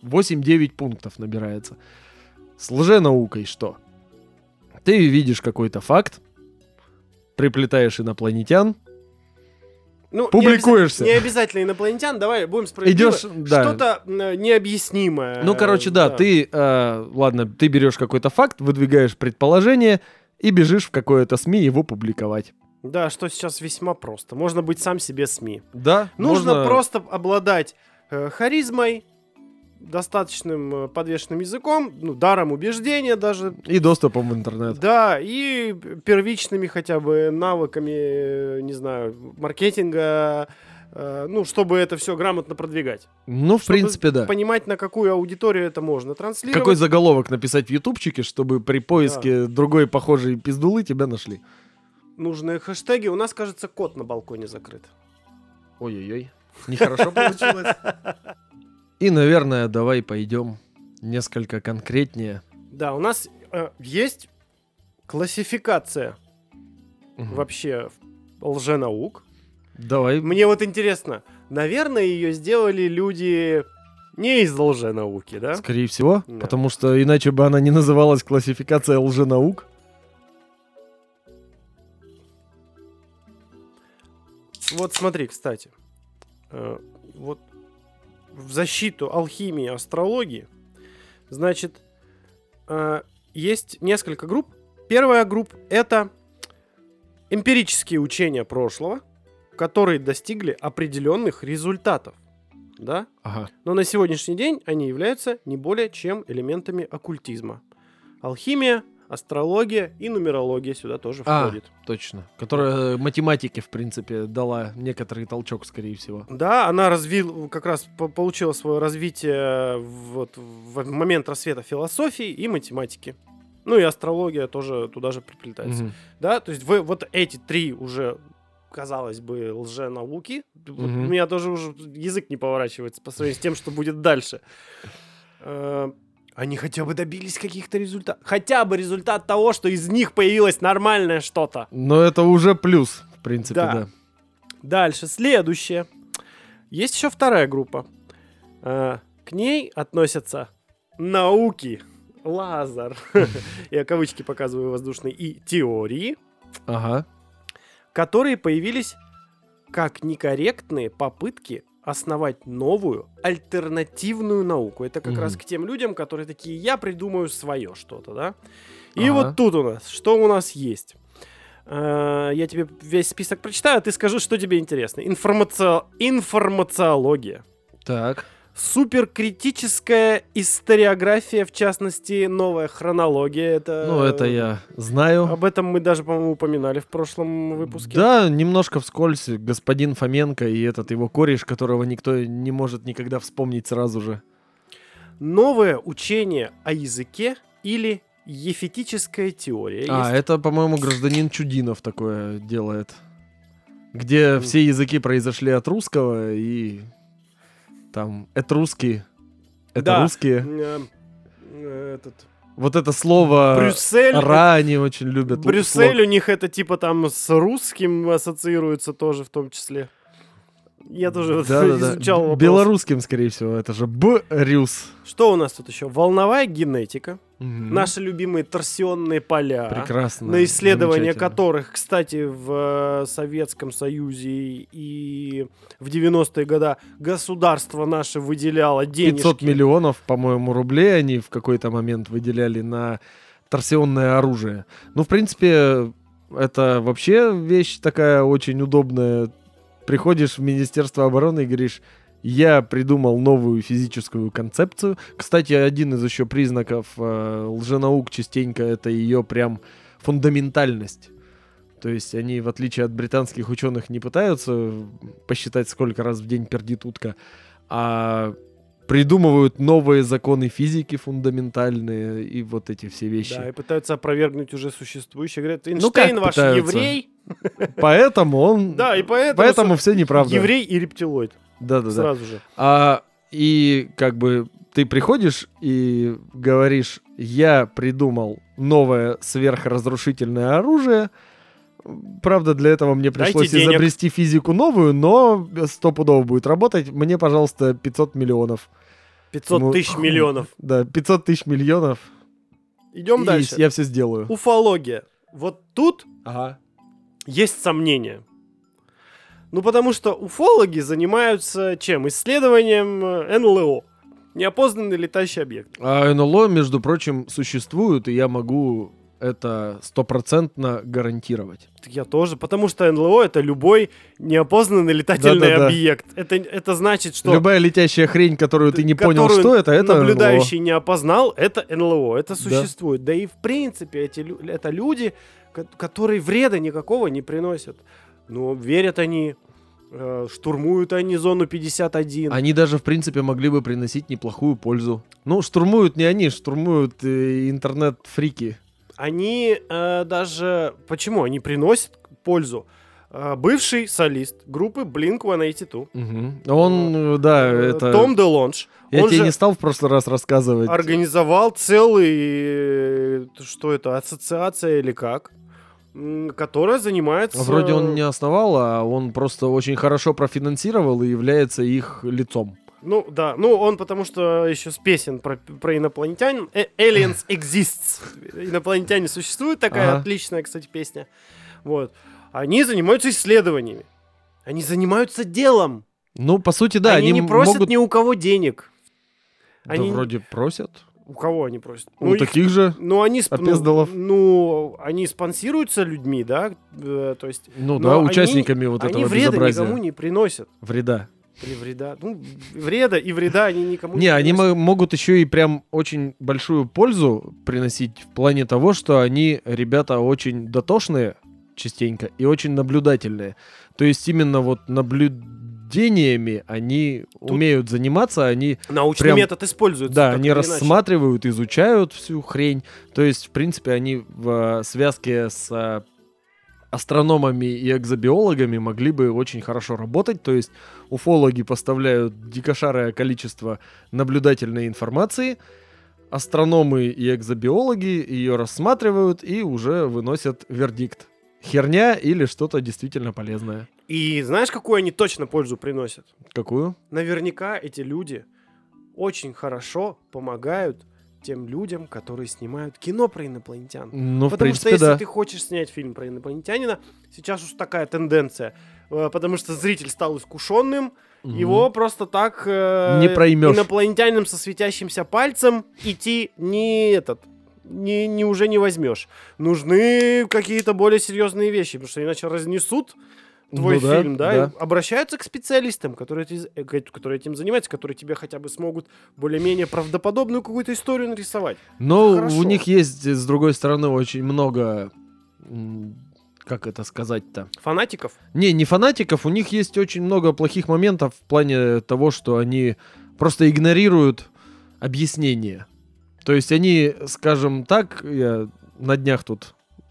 восемь-девять пунктов набирается. С лженаукой что? Ты видишь какой-то факт, приплетаешь инопланетян, Ну, публикуешься. Не обязательно, не обязательно инопланетян, давай будем справедливы. Идешь, да. Что-то э, необъяснимое. Ну, короче, да, да. ты, э, ладно, ты берешь какой-то факт, выдвигаешь предположение и бежишь в какое-то СМИ его публиковать. Да, что сейчас весьма просто. Можно быть сам себе СМИ. Да, Нужно можно... просто обладать э, харизмой, достаточным э, подвешенным языком, ну, даром убеждения даже. И доступом в интернет. Да, и первичными хотя бы навыками, э, не знаю, маркетинга, э, ну, чтобы это все грамотно продвигать. Ну, в Чтобы принципе, да. понимать, на какую аудиторию это можно транслировать. Какой заголовок написать в ютубчике, чтобы при поиске другой похожей пиздулы тебя нашли? Нужные хэштеги. У нас, кажется, кот на балконе закрыт. Ой-ой-ой, нехорошо получилось. И, наверное, давай пойдем несколько конкретнее. Да, у нас э, есть классификация Мгм. вообще лженаук. Давай. Мне вот интересно, наверное, ее сделали люди не из лженауки, да? Скорее всего, Да. потому что иначе бы она не называлась классификация лженаук. Вот смотри, кстати, э, вот в защиту алхимии и астрологии, значит, э, есть несколько групп. Первая группа — это эмпирические учения прошлого, которые достигли определенных результатов, да? Ага. Но на сегодняшний день они являются не более чем элементами оккультизма. Алхимия, астрология и нумерология сюда тоже А, входит. точно. Которая математике, в принципе, дала некоторый толчок, скорее всего. Да, она развил, как раз по- получила свое развитие вот в момент рассвета философии и математики. Ну и астрология тоже туда же приплетается. Мгм. Да, то есть вы, вот эти три уже, казалось бы, лженауки. Вот Мгм. у меня тоже уже язык не поворачивается по сравнению с тем, что будет дальше. Э, Они хотя бы добились каких-то результатов. Хотя бы результат того, что из них появилось нормальное что-то. Но это уже плюс, в принципе, Да. да. Дальше, следующее. Есть еще вторая группа. Э, К ней относятся науки, лазер, я кавычки показываю воздушные, и теории, Ага. которые появились как некорректные попытки основать новую альтернативную науку. Это как Мгм. раз к тем людям, которые такие: я придумаю свое что-то, да? И Ага. вот тут у нас, что у нас есть? Э, Я тебе весь список прочитаю, а ты скажи, что тебе интересно. Информаци- Информациология. Так. Суперкритическая историография, в частности, новая хронология. Это, Ну, это я знаю. Об этом мы даже, по-моему, упоминали в прошлом выпуске. Да, немножко вскользь. Господин Фоменко и этот его кореш, которого никто не может никогда вспомнить сразу же. Новое учение о языке или ефетическая теория. А, есть. это, по-моему, гражданин Чудинов такое делает. Где Мгм. все языки произошли от русского, и там этрусские. Это Да. русские. Э, э, Этот... Вот это слово Брюссель. «ра» они очень любят. Брюссель у них это типа там с русским ассоциируется тоже в том числе. Я тоже вот Да-да-да. изучал вопрос. Белорусским, скорее всего, это же «б-рюс». Что у нас тут еще? Волновая генетика. Мгм. Наши любимые торсионные поля. Прекрасно. На исследование замечательно. которых, кстати, в э, Советском Союзе и в девяностые годы государство наше выделяло денежки. пятьсот миллионов, по-моему, рублей они в какой-то момент выделяли на торсионное оружие. Ну, в принципе, это вообще вещь такая очень удобная. Приходишь в Министерство обороны и говоришь: я придумал новую физическую концепцию. Кстати, один из еще признаков э, лженаук частенько это ее прям фундаментальность. То есть они, в отличие от британских ученых, не пытаются посчитать, сколько раз в день пердит утка, а придумывают новые законы физики фундаментальные и вот эти все вещи. Да, и пытаются опровергнуть уже существующие. Говорят, Ну, Эйнштейн как ваш пытаются? еврей. Поэтому он... Да, и поэтому, Поэтому со- все неправда. еврей и рептилоид. Да-да-да. Сразу же. А, и как бы ты приходишь и говоришь: я придумал новое сверхразрушительное оружие. Правда, для этого мне Дайте пришлось денег. изобрести физику новую, но стопудово будет работать. Мне, пожалуйста, пятьсот миллионов. пятьсот Ему- тысяч миллионов. Да, пятьсот тысяч миллионов. Идем и дальше. я все сделаю. Уфология. Вот тут Ага. есть сомнения. Ну, потому что уфологи занимаются чем? Исследованием э, эн эл о. Неопознанный летающий объект. А эн эл о, между прочим, существует, и я могу это стопроцентно гарантировать. Я тоже, потому что эн эл о — это любой неопознанный летательный Да-да-да. объект. Это, это значит, что Любая летящая хрень, которую ты не понял, которую что это, это наблюдающий не опознал, это эн эл о, это Да. существует. Да, и в принципе эти, лю- это люди, ко- которые вреда никакого не приносят. Но верят они, э, штурмуют они зону пятьдесят один. Они даже, в принципе, могли бы приносить неплохую пользу. Ну, штурмуют не они, штурмуют э, интернет-фрики. Они э, даже... Почему? Они приносят пользу. Э, бывший солист группы блинк сто восемьдесят два. Мгм. Он, э, да, э, это... Том Делонж. Я Он тебе же не стал в прошлый раз рассказывать. организовал целый... э, Что это? Ассоциация или как? М, Которая занимается... Вроде он не основал, а он просто очень хорошо профинансировал и является их лицом. Ну, да. Ну, он потому что еще с песен про, про инопланетян. Э, Aliens exists. Инопланетяне существуют. Такая Ага. отличная, кстати, песня. Вот. Они занимаются исследованиями. Они занимаются делом. Ну, по сути, да, они, они, не просят могут... ни у кого денег. Да, Они... вроде просят. У кого они просят? У их- таких же. Ну, они, сп- ну, опездалов. ну, они спонсируются людьми, да, э, то есть, Ну но да, они- участниками вот они этого вреда безобразия. никому не приносят. Вреда. Или вреда, ну, вреда и вреда они никому не Не, они приносят. мо- могут еще и прям очень большую пользу приносить в плане того, что они ребята очень дотошные частенько и очень наблюдательные. То есть именно вот наблюдениями они умеют заниматься, они Научный прям- метод используется. Да, так они или иначе. рассматривают, изучают всю хрень. То есть, в принципе, они в э, связке с э, астрономами и экзобиологами могли бы очень хорошо работать. То есть, уфологи поставляют дикошарое количество наблюдательной информации, астрономы и экзобиологи ее рассматривают и уже выносят вердикт. Херня или что-то действительно полезное. И знаешь, какую они точно пользу приносят? Какую? Наверняка эти люди очень хорошо помогают тем людям, которые снимают кино про инопланетян. Ну, в Потому что принципе, если да. ты хочешь снять фильм про инопланетянина, сейчас уж такая тенденция, э, потому что зритель стал искушенным, Мгм. его просто так э, Не проймешь. инопланетянином со светящимся пальцем идти не этот, не, не уже не возьмешь. Нужны какие-то более серьезные вещи, потому что иначе разнесут твой Ну да, фильм, да, да. и обращаются к специалистам, которые, эти- э, которые этим занимаются, которые тебе хотя бы смогут более-менее правдоподобную какую-то историю нарисовать. Но Хорошо. у них есть, с другой стороны, очень много... м, Как это сказать-то? Фанатиков? Не, не фанатиков, у них есть очень много плохих моментов в плане того, что они просто игнорируют объяснение. То есть они, скажем так, я на днях тут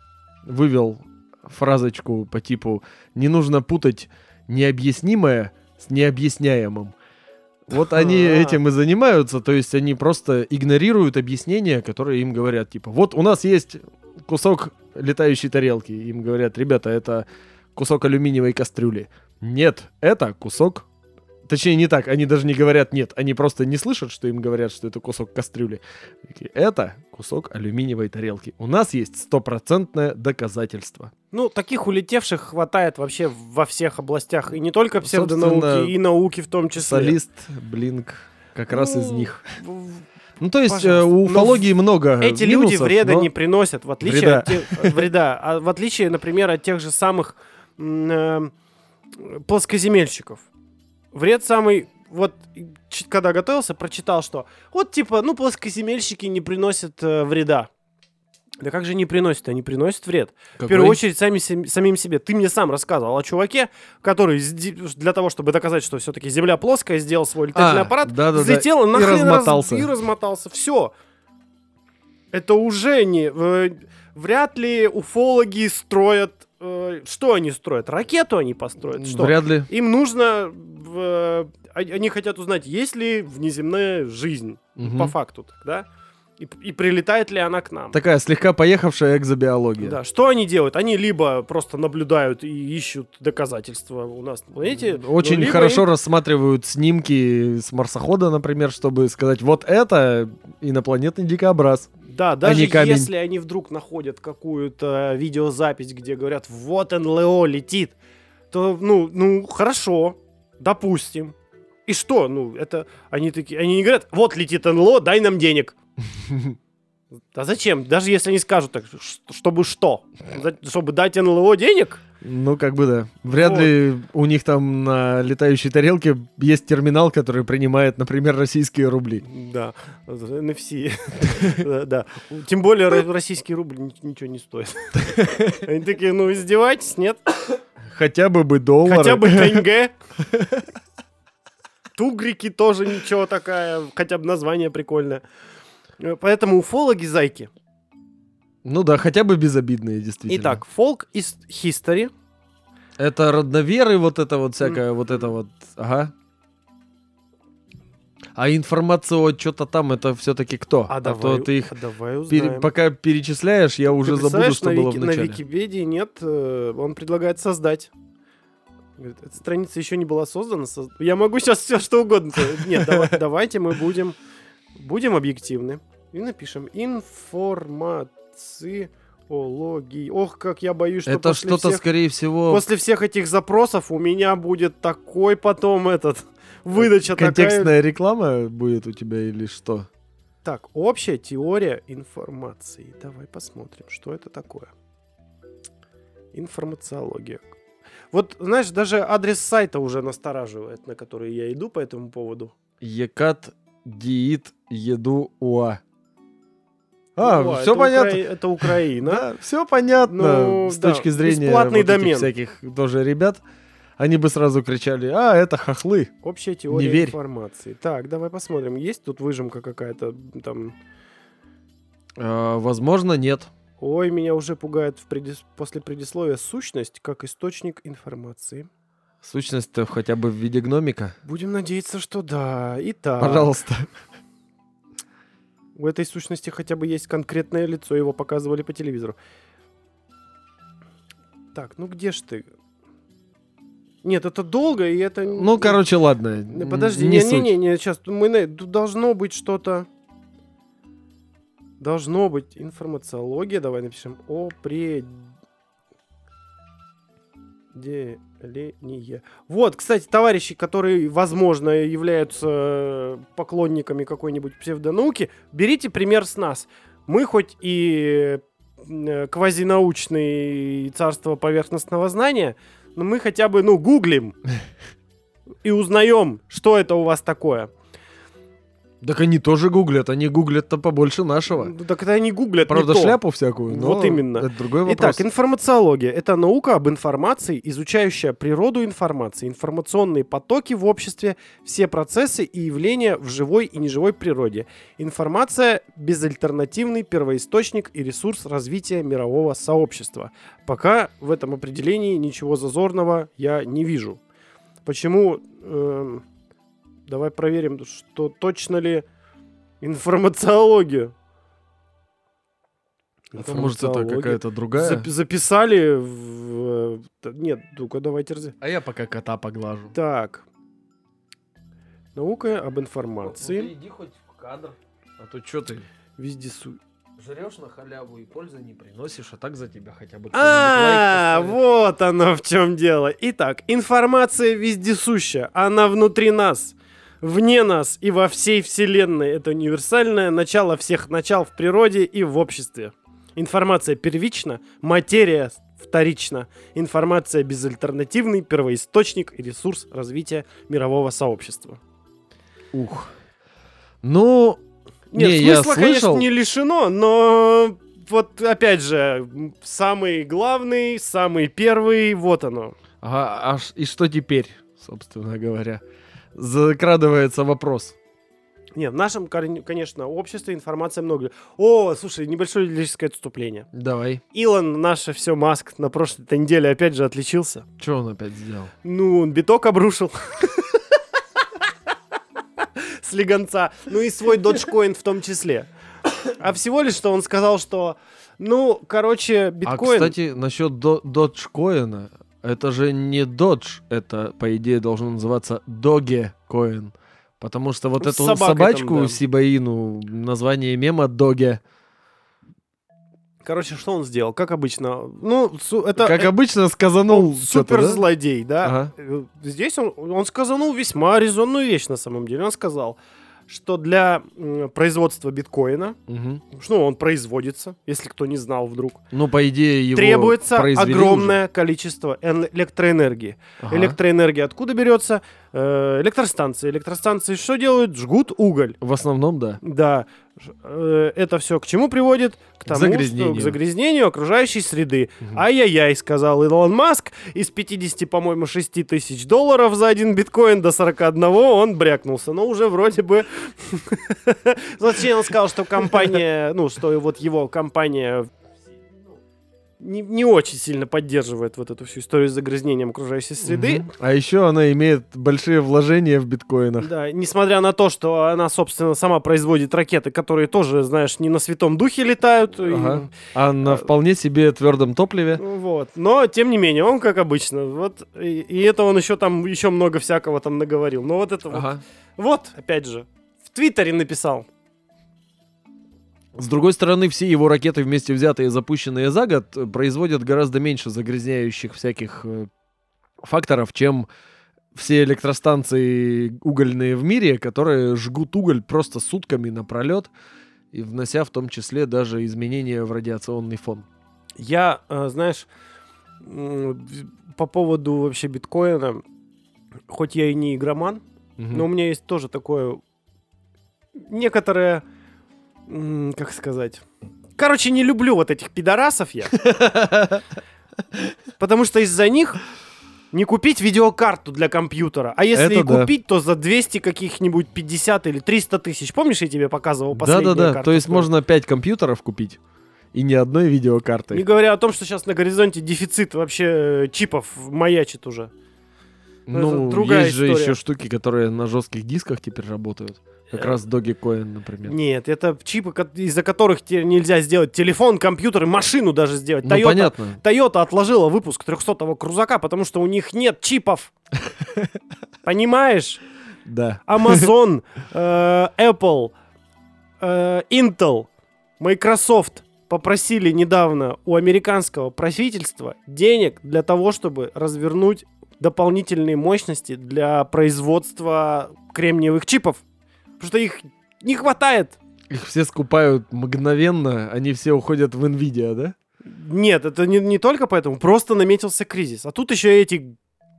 вывел фразочку по типу «не нужно путать необъяснимое с необъясняемым». Вот они А. этим и занимаются, то есть они просто игнорируют объяснения, которые им говорят, типа, вот у нас есть кусок летающей тарелки, им говорят, ребята, это кусок алюминиевой кастрюли. Нет, это кусок, точнее не так, они даже не говорят нет, они просто не слышат, что им говорят, что это кусок кастрюли. Такие, это кусок алюминиевой тарелки. У нас есть стопроцентное доказательство. Ну, таких улетевших хватает вообще во всех областях. И не только псевдонауки, Собственно, и науки в том числе. Солист, Блинк, как раз из Ну, них. в- Ну, то есть э, пожалуйста. у Но уфологии много Эти минусов, люди вреда но- не приносят, в отличие Вреда. от тех, э, вреда, а в отличие, например, от тех же самых м, э, плоскоземельщиков. Вред самый, вот ч- когда готовился, прочитал, что вот типа, ну плоскоземельщики не приносят э, вреда. Да как же не приносят? Они приносят вред. В Какой? первую очередь сами, сем- самим себе. Ты мне сам рассказывал о чуваке, который сди- для того, чтобы доказать, что все-таки Земля плоская, сделал свой летательный А, аппарат, да-да-да, взлетел и и нахрен раз- размотался. и размотался. Все. Это уже не... э, вряд ли уфологи строят... э, что они строят? Ракету они построят? Что? Вряд ли. Им нужно... в- э, они хотят узнать, есть ли внеземная жизнь. Мгм. По факту, так, да? И, и прилетает ли она к нам. Такая слегка поехавшая экзобиология. Да, что они делают? Они либо просто наблюдают и ищут доказательства у нас на планете. Очень либо хорошо им... рассматривают снимки с марсохода, например, чтобы сказать, вот это инопланетный дикобраз. Да, даже а не если они вдруг находят какую-то видеозапись, где говорят, вот эн эл о летит, то, ну, ну, хорошо, допустим. И что? Ну, это они такие, они не говорят, вот летит эн эл о, дай нам денег. А зачем? Даже если они скажут так, чтобы что? Чтобы дать эн эл о денег? Ну, как бы да. Вряд Вот. ли у них там на летающей тарелке есть терминал, который принимает, например, российские рубли. Да, эн эф си. Да. Тем более ро- российский рубль ни- ничего не стоит. Они такие, ну издеваетесь, нет? Хотя бы бы доллары. Хотя бы тенге. Тугрики тоже ничего такая, хотя бы название прикольное. Поэтому уфологи зайки. Ну да, хотя бы безобидные, действительно. Итак, folk is history. Это родноверы, вот это вот всякое, вот это вот, ага. А информация что-то там, это все-таки кто? А, А давай, то ты их а давай пере- узнаем. пока перечисляешь, я Ты уже забуду, представляешь, что на было Вики- в На начале. Википедии нет, э, он предлагает создать. Говорит, эта страница еще не была создана. соз- Я могу сейчас все что угодно. сказать. Нет, давай- давайте мы будем, будем объективны. И напишем информациология. Ох, как я боюсь, что Это после что-то, всех, скорее всего, после всех этих запросов у меня будет такой потом этот выдача такая. контекстная реклама будет у тебя или что? Так, общая теория информации. Давай посмотрим, что это такое. Информациология. Вот, знаешь, даже адрес сайта уже настораживает, на который я иду по этому поводу. Екат диит еду уа. А, О, все это понятно. Укра- Это Украина. Да, все понятно. Ну, с да, точки зрения бесплатный вот этих домен. всяких тоже ребят, они бы сразу кричали: а, это хохлы. Общая теория Не верь. информации. Так, давай посмотрим. Есть тут выжимка какая-то там... А, возможно, нет. Ой, меня уже пугает в предис- после предисловия сущность как источник информации. Сущность-то хотя бы в виде гномика. Будем надеяться, что да. Итак, Пожалуйста. у этой сущности хотя бы есть конкретное лицо, его показывали по телевизору. Так, ну где ж ты? Нет, это долго, и это... Ну, короче, ладно. Не, Подожди, не суть. не-не-не, сейчас, мы, на- тут должно быть что-то... Должно быть информациология, давай напишем определение. Вот, кстати, товарищи, которые, возможно, являются поклонниками какой-нибудь псевдонауки, берите пример с нас. Мы хоть и э, квазинаучный царство поверхностного знания, но мы хотя бы, ну, гуглим и узнаем, что это у вас такое. Так они тоже гуглят, они гуглят-то побольше нашего. Ну, так это они гуглят Правда, не то. шляпу всякую, но Вот именно. это другой вопрос. Итак, информациология – это наука об информации, изучающая природу информации, информационные потоки в обществе, все процессы и явления в живой и неживой природе. Информация – безальтернативный первоисточник и ресурс развития мирового сообщества. Пока в этом определении ничего зазорного я не вижу. Почему... эм, Давай проверим, что точно ли информациология. Это, может, это какая-то другая? Зап- записали в... э, Нет, ну-ка, давайте раз... А я пока кота поглажу. Так. Наука об информации. иди хоть в кадр. А то что ты Вездесу... жрешь на халяву и пользы не приносишь, а так за тебя хотя бы А, вот оно в чем дело. Итак, информация вездесуща. Она внутри нас, вне нас и во всей вселенной. Это универсальное начало всех начал в природе и в обществе. Информация первична, материя вторична. Информация безальтернативный первоисточник и ресурс развития мирового сообщества. Ух. Ну, Нет, не, я смысла, конечно, слышал. не лишено, но вот опять же, м, самый главный, самый первый, вот оно. Ага, а ш- и что теперь, собственно говоря? Закрадывается вопрос. Нет, в нашем, кон- конечно, обществе информация много. О, слушай, небольшое лирическое отступление. Давай. Илон, наше все, Маск, на прошлой этой неделе опять же отличился. Что он опять сделал? Ну, он биток обрушил. Слегонца. Ну и свой Dogecoin в том числе. А всего лишь, что он сказал, что, ну, короче, биткоин... А, кстати, насчет до- доджкоина, это же не додж, это, по идее, должно называться догекоин. Потому что вот С эту собакой собачку там, да. Сибаину, название мема Доге. Короче, что он сделал? Как обычно. Ну, су- это... Как э- обычно сказанул он что-то, супер да? злодей, да? Ага. Э, Здесь он, он сказанул весьма резонную вещь на самом деле. Он сказал, что для м, производства биткоина, Мгм. ну, он производится, если кто не знал вдруг, Ну, по идее, его требуется произвели огромное количество эн- электроэнергии. уже. Ага. Электроэнергия откуда берется? Э, электростанции. Электростанции что делают? Жгут уголь. В основном, да. Да, Ж- э, это все к чему приводит? К тому, загрязнению. что к загрязнению окружающей среды. Мгм. Ай-яй-яй, сказал Илон Маск. Из пятидесяти, по-моему, шести тысяч долларов за один биткоин до сорока одного он брякнулся. Но уже вроде бы... Зачем он сказал, что компания, ну, что вот его компания не, не очень сильно поддерживает вот эту всю историю с загрязнением окружающей среды. Мгм. А еще она имеет большие вложения в биткоинах. Да, несмотря на то, что она, собственно, сама производит ракеты, которые тоже, знаешь, не на святом духе летают. и- Ага. А на А, вполне себе твердом топливе. Вот. Но, тем не менее, он как обычно. Вот. И, и это он еще там, еще много всякого там наговорил. Но вот это вот. Ага. Вот, опять же, в Твиттере написал. С другой стороны, все его ракеты вместе взятые, запущенные за год, э, производят гораздо меньше загрязняющих всяких э, факторов, чем все электростанции угольные в мире, которые жгут уголь просто сутками напролет, и внося в том числе даже изменения в радиационный фон. Я, э, знаешь, м, в- по поводу вообще биткоина, хоть я и не игроман, Мгм. но у меня есть тоже такое некоторое, м, как сказать... Короче, не люблю вот этих пидорасов я. Потому что из-за них не купить видеокарту для компьютера. А если Это и да. купить, то за двести каких-нибудь пятьдесят или триста тысяч. Помнишь, я тебе показывал последнюю Да-да-да, карту? то есть свою? можно пять компьютеров купить и ни одной видеокарты. Не говоря о том, что сейчас на горизонте дефицит вообще э, чипов маячит уже. Ну, это другая есть же история. еще штуки, которые на жестких дисках теперь работают. Как Э, раз Dogecoin, например. Нет, это чипы, ко- из-за которых тебе нельзя сделать телефон, компьютер и машину даже сделать. Ну, Toyota, понятно. Toyota отложила выпуск трехсотого крузака, потому что у них нет чипов. Понимаешь? Да. Amazon, э, Apple, э, Intel, Microsoft попросили недавно у американского правительства денег для того, чтобы развернуть дополнительные мощности для производства кремниевых чипов. Потому что их не хватает. Их все скупают мгновенно, они все уходят в Nvidia, да? Нет, это не, не только поэтому. Просто наметился кризис. А тут еще эти...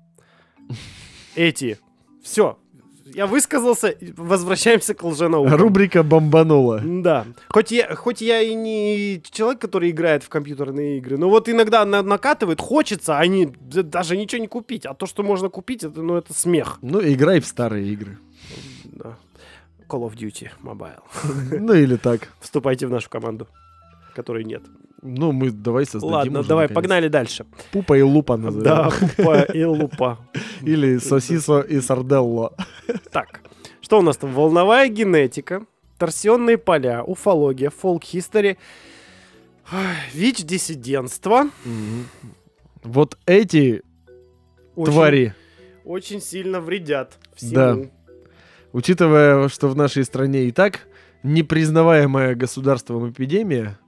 Эти. Все. Я высказался. Возвращаемся к лженаукам. Рубрика бомбанула. Да. Хоть я, хоть я и не человек, который играет в компьютерные игры, но вот иногда на- накатывает, хочется, а не, д- даже ничего не купить. А то, что можно купить, это, ну, это смех. Ну, играй в старые игры. Да. Call of Duty Mobile. Ну, или так. Вступайте в нашу команду, которой нет. Ну, мы давай создадим Ладно, уже, давай, наконец. погнали дальше. Пупа и лупа назовем. Да, пупа и лупа. Или сосисо и сарделло. Так, что у нас там? Волновая генетика, торсионные поля, уфология, фолк-хистори, ВИЧ-диссидентство. Мгм. Вот эти Очень- твари, Очень сильно вредят всему. Да. учитывая, что в нашей стране и так непризнаваемая государством эпидемия,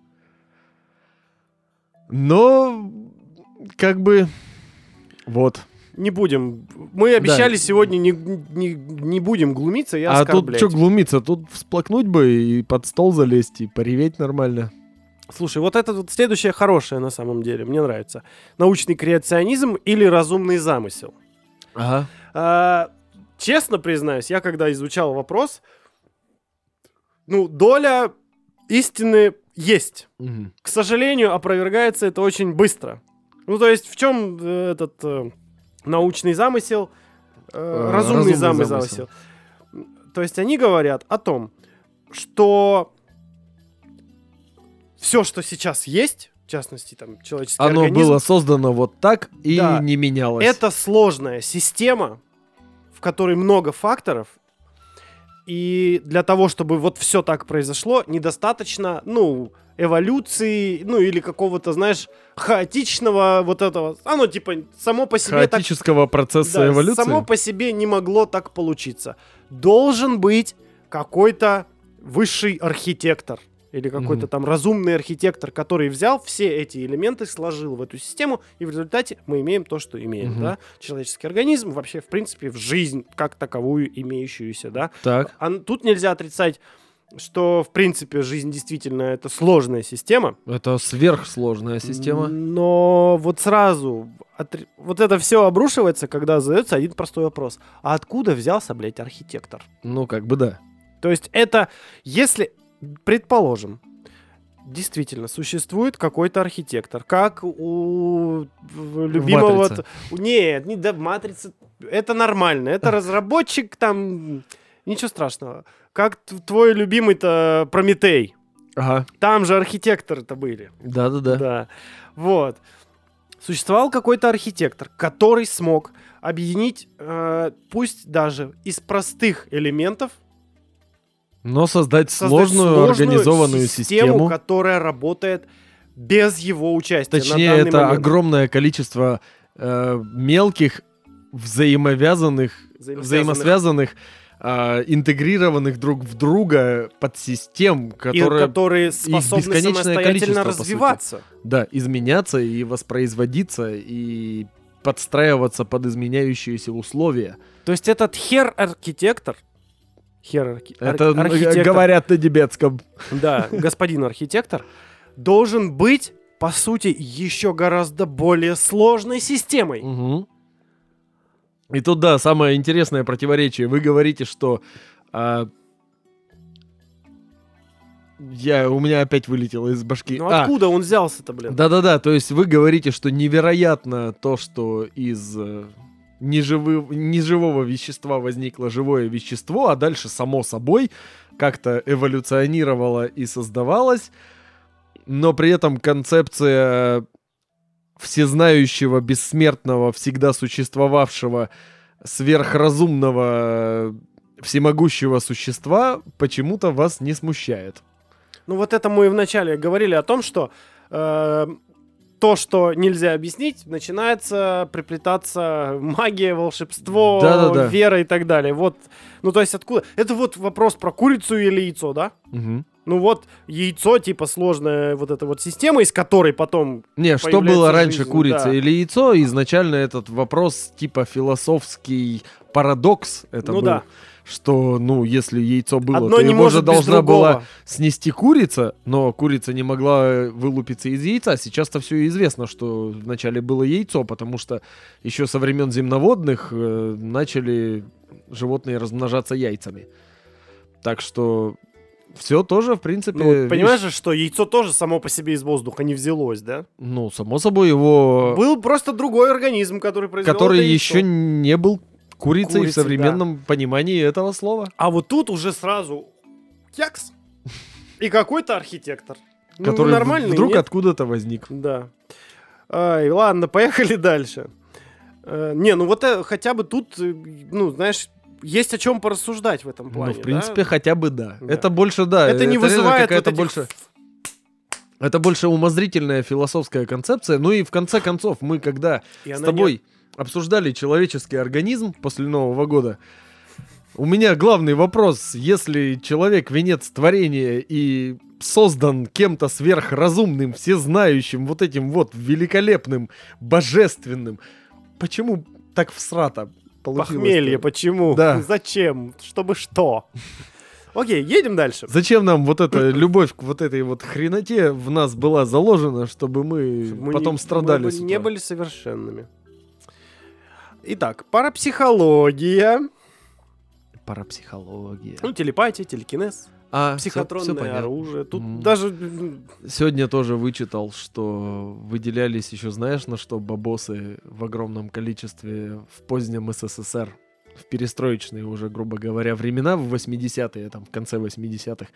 но как бы вот. Не будем. Мы обещали сегодня не, не, не будем глумиться и А тут оскорблять. что глумиться? Тут всплакнуть бы и под стол залезть, и пореветь нормально. Слушай, вот это вот следующее хорошее на самом деле. Мне нравится. Научный креационизм или разумный замысел. Ага. А, честно признаюсь, я когда изучал вопрос, ну, доля истины есть. Мгм. К сожалению, опровергается это очень быстро. Ну, то есть, в чем э, этот э, научный замысел, э, Э, разумный, разумный зам- замысел. замысел? То есть, они говорят о том, что все, что сейчас есть, в частности, там, человеческий Оно организм, было создано вот так и Да. не менялось. это сложная система, в которой много факторов, И для того, чтобы вот все так произошло, недостаточно, ну, эволюции, ну, или какого-то, знаешь, хаотичного вот этого. Оно, типа, само по себе так... Хаотического процесса Да, эволюции? само по себе не могло так получиться. Должен быть какой-то высший архитектор или какой-то Мгм. там разумный архитектор, который взял все эти элементы, сложил в эту систему, и в результате мы имеем то, что имеем, Мгм. да? Человеческий организм, вообще, в принципе, в жизнь как таковую имеющуюся, да? Так. А н- тут нельзя отрицать, что, в принципе, жизнь действительно это сложная система. Это сверхсложная система. Но вот сразу отри- вот это все обрушивается, когда задается один простой вопрос. А откуда взялся, блядь, архитектор? Ну, как бы да. То есть это, если, предположим, действительно существует какой-то архитектор, как у в- любимого... «Матрице». т- у- Нет, не да, матрица, это нормально. Это разработчик, там, ничего страшного. Как т- твой любимый-то Прометей. Ага. Там же архитекторы-то были. Да-да-да. Да. Вот. Существовал какой-то архитектор, который смог объединить, э, пусть даже из простых элементов, Но создать, создать сложную, организованную систему. которая работает без его участия. на Точнее, данный это момент. огромное количество э, мелких, взаимовязанных, Взаимосвязанных. взаимосвязанных, а, интегрированных друг в друга подсистем, И которые, которые способны бесконечное самостоятельно количество, по сути. развиваться. да, изменяться и воспроизводиться, и подстраиваться под изменяющиеся условия. То есть этот хер-архитектор, хер-архи- ар- Это н- архитектор, говорят на тибетском. да, господин архитектор, должен быть, по сути, еще гораздо более сложной системой. Мгм. И тут, да, самое интересное противоречие. Вы говорите, что... а, я, у меня опять вылетело из башки. Ну А, откуда он взялся-то, блин? да-да-да, то есть вы говорите, что невероятно то, что из э, неживы- неживого вещества возникло живое вещество, а дальше само собой как-то эволюционировало и создавалось, но при этом концепция всезнающего, бессмертного, всегда существовавшего, сверхразумного, всемогущего существа почему-то вас не смущает. Ну вот это мы вначале говорили о том, что э, то, что нельзя объяснить, начинается приплетаться магия, волшебство, Да-да-да. вера и так далее. Вот, ну то есть откуда? Это вот вопрос про курицу или яйцо, да? Мгм. Ну вот яйцо, типа сложная вот эта вот система, из которой потом... Не, что появляется было раньше, жизнь, курица да. или яйцо? Изначально этот вопрос типа философский парадокс это Ну был. да. Что, ну, если яйцо было, Одно то не его может же без должна другого. была снести курица, но курица не могла вылупиться из яйца. Сейчас-то все известно, что вначале было яйцо, потому что еще со времен земноводных э, начали животные размножаться яйцами. Так что все тоже, в принципе... Ну, вот понимаешь видишь, же, что яйцо тоже само по себе из воздуха не взялось, да? ну, само собой, его... Был просто другой организм, который произвел который это еще яйцо. не был курицей в Курицей, современном понимании этого слова. А вот тут уже сразу кекс и какой-то архитектор. Ну, который нормальный, вдруг нет? откуда-то возник. Да. Ай, ладно, поехали дальше. Э, не, ну вот э, хотя бы тут, э, ну, знаешь, есть о чем порассуждать в этом плане. Ну, в принципе, да? хотя бы да. Да. Это больше, да. Это не реально вызывает какая-то вот этих- больше... Это больше умозрительная философская концепция. Ну и в конце концов, мы когда И с она тобой обсуждали человеческий организм после Нового года, у меня главный вопрос: если человек венец творения и создан кем-то сверхразумным, всезнающим, вот этим вот великолепным, божественным, почему так всрато получилось? Похмелье, почему? Да. Зачем? Чтобы что? Окей, едем дальше. Зачем нам вот эта любовь к вот этой вот хреноте в нас была заложена, чтобы мы, Мы потом не- страдали мы с бы утра? не были совершенными. Итак, парапсихология. Парапсихология. Ну, телепатия, телекинез, А, всё- психотронное всё понятно. оружие. Тут Мгм. даже... м, Сегодня тоже вычитал, что выделялись еще, знаешь, на что бабосы в огромном количестве в позднем СССР, в перестроечные уже, грубо говоря, времена, в восьмидесятые, там, в конце восьмидесятых,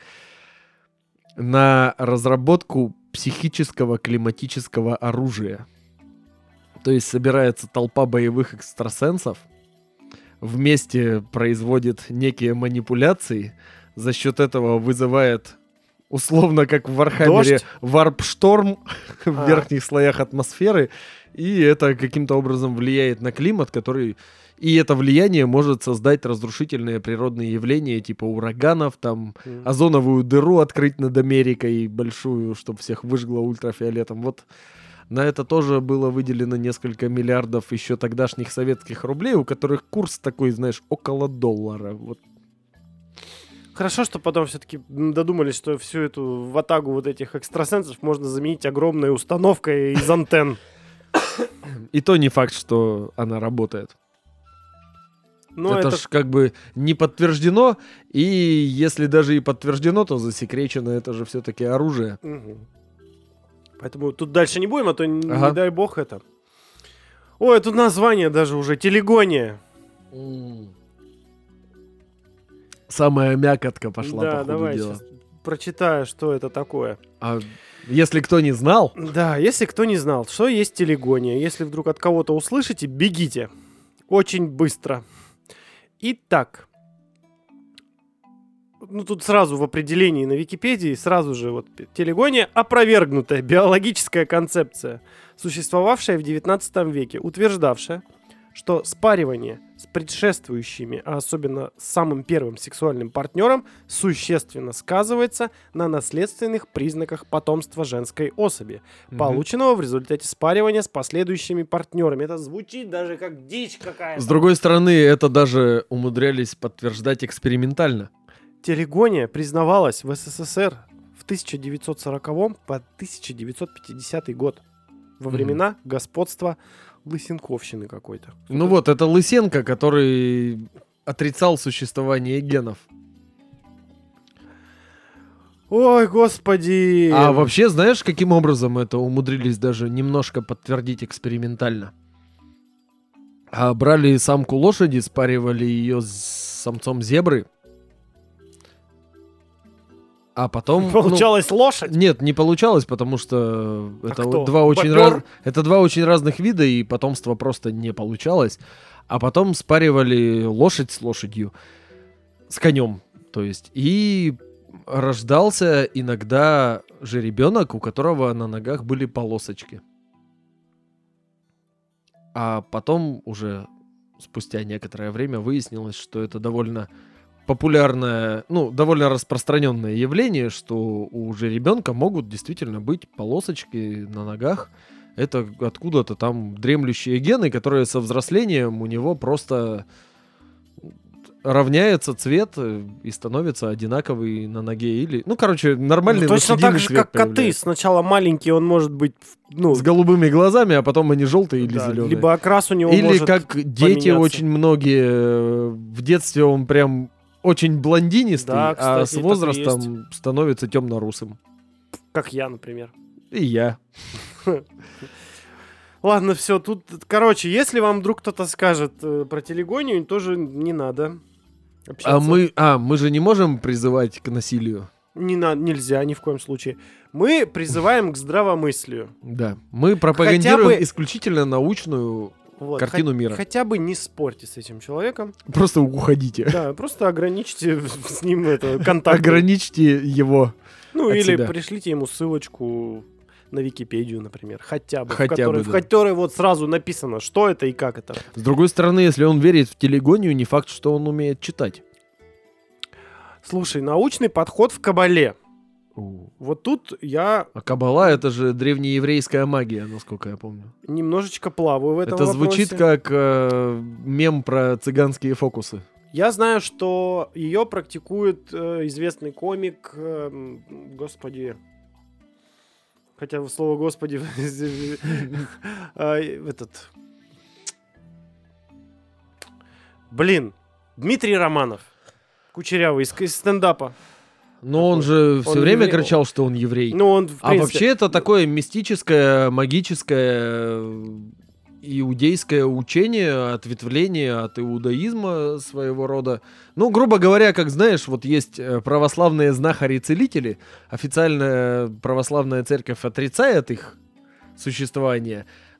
на разработку психического климатического оружия. То есть собирается толпа боевых экстрасенсов, вместе производит некие манипуляции, за счет этого вызывает, условно, как в Вархаммере, варп-шторм в А. верхних слоях атмосферы, и это каким-то образом влияет на климат, который... И это влияние может создать разрушительные природные явления, типа ураганов, там, Мгм. озоновую дыру открыть над Америкой большую, чтобы всех выжгло ультрафиолетом. Вот на это тоже было выделено несколько миллиардов еще тогдашних советских рублей, у которых курс такой, знаешь, около доллара. Вот. Хорошо, что потом все-таки додумались, что всю эту ватагу вот этих экстрасенсов можно заменить огромной установкой из антенн. И то не факт, что она работает. Но это это ж как бы не подтверждено, и если даже и подтверждено, то засекречено, это же все-таки оружие. Мгм. Поэтому тут дальше не будем, а то н- Ага. не дай бог это. Ой, тут название даже уже. Телегония. Самая мякотка пошла, Да, по ходу давай дела. сейчас прочитаю, что это такое. А если кто не знал, Да, если кто не знал, что есть телегония, если вдруг от кого-то услышите, бегите. Очень быстро. Итак. Ну, тут сразу в определении на Википедии, сразу же вот телегония — опровергнутая биологическая концепция, существовавшая в девятнадцатом веке, утверждавшая, что спаривание с предшествующими, а особенно с самым первым сексуальным партнером, существенно сказывается на наследственных признаках потомства женской особи, Мгм. полученного в результате спаривания с последующими партнерами. Это звучит даже как дичь какая-то. с другой стороны, это даже умудрялись подтверждать экспериментально. Телегония признавалась в СССР в тысяча девятьсот сороковом по тысяча девятьсот пятидесятый год, во Мгм. времена господства Лысенковщины какой-то. Ну вот, это Лысенко, который отрицал существование генов. Ой, господи! А вообще, знаешь, каким образом это умудрились даже немножко подтвердить экспериментально? А брали самку лошади, спаривали ее с самцом зебры, а потом... ну, Получалась лошадь? нет, не получалось, потому что это, кто? вот два очень Бобер? раз- это два очень разных вида, и потомство просто не получалось. А потом спаривали лошадь с лошадью, с конем, то есть, и рождался иногда жеребенок, у которого на ногах были полосочки. А потом уже спустя некоторое время выяснилось, что это довольно популярное, ну, довольно распространенное явление, что у жеребенка могут действительно быть полосочки на ногах. Это откуда-то там дремлющие гены, которые со взрослением у него просто равняется цвет э, и становится одинаковый на ноге. Или, ну, короче, нормальный Ну, точно лошадиный так же, цвет как коты. появляется. Сначала маленький, он может быть, ну, С голубыми глазами, а потом они желтые или да, зеленые. либо окрас у него Или может как дети поменяться. очень многие, э, в детстве он прям очень блондинистый, Да, а кстати, с так и возрастом становится темно-русым. как я, например. И я. Ладно, все, тут, короче, если вам вдруг кто-то скажет э, про телегонию, тоже не надо общаться. А мы, а, мы же не можем призывать к насилию. Не на, нельзя ни в коем случае. Мы призываем к здравомыслию. Да. Мы пропагандируем Хотя бы- исключительно научную Вот, картину хот- мира. Хотя бы не спорьте с этим человеком. Просто уходите. Да, просто ограничьте с ним это, контакт. Ограничьте его. Ну, от или себя. пришлите ему ссылочку на Википедию, например. Хотя бы. Хотя в, которой, бы, в да. которой вот сразу написано, что это и как это. С другой стороны, если он верит в телегонию, не факт, что он умеет читать. Слушай, научный подход в кабале. Вот тут я А каббала — это же древнееврейская магия, насколько я помню. немножечко плаваю в этом Это звучит вопросе. как э, мем про цыганские фокусы. Я знаю, что ее практикует э, известный комик, э, м, господи, хотя слово господи, а, этот, блин, Дмитрий Романов, кучерявый из, из стендапа. Но он Такой. же все Он время еврей. кричал, что он еврей. Ну, он, в А принципе, вообще это такое мистическое, магическое, э, иудейское учение, ответвление от иудаизма своего рода. Ну, грубо говоря, как знаешь, вот есть э, православные знахари-целители, официальная православная церковь отрицает их существование,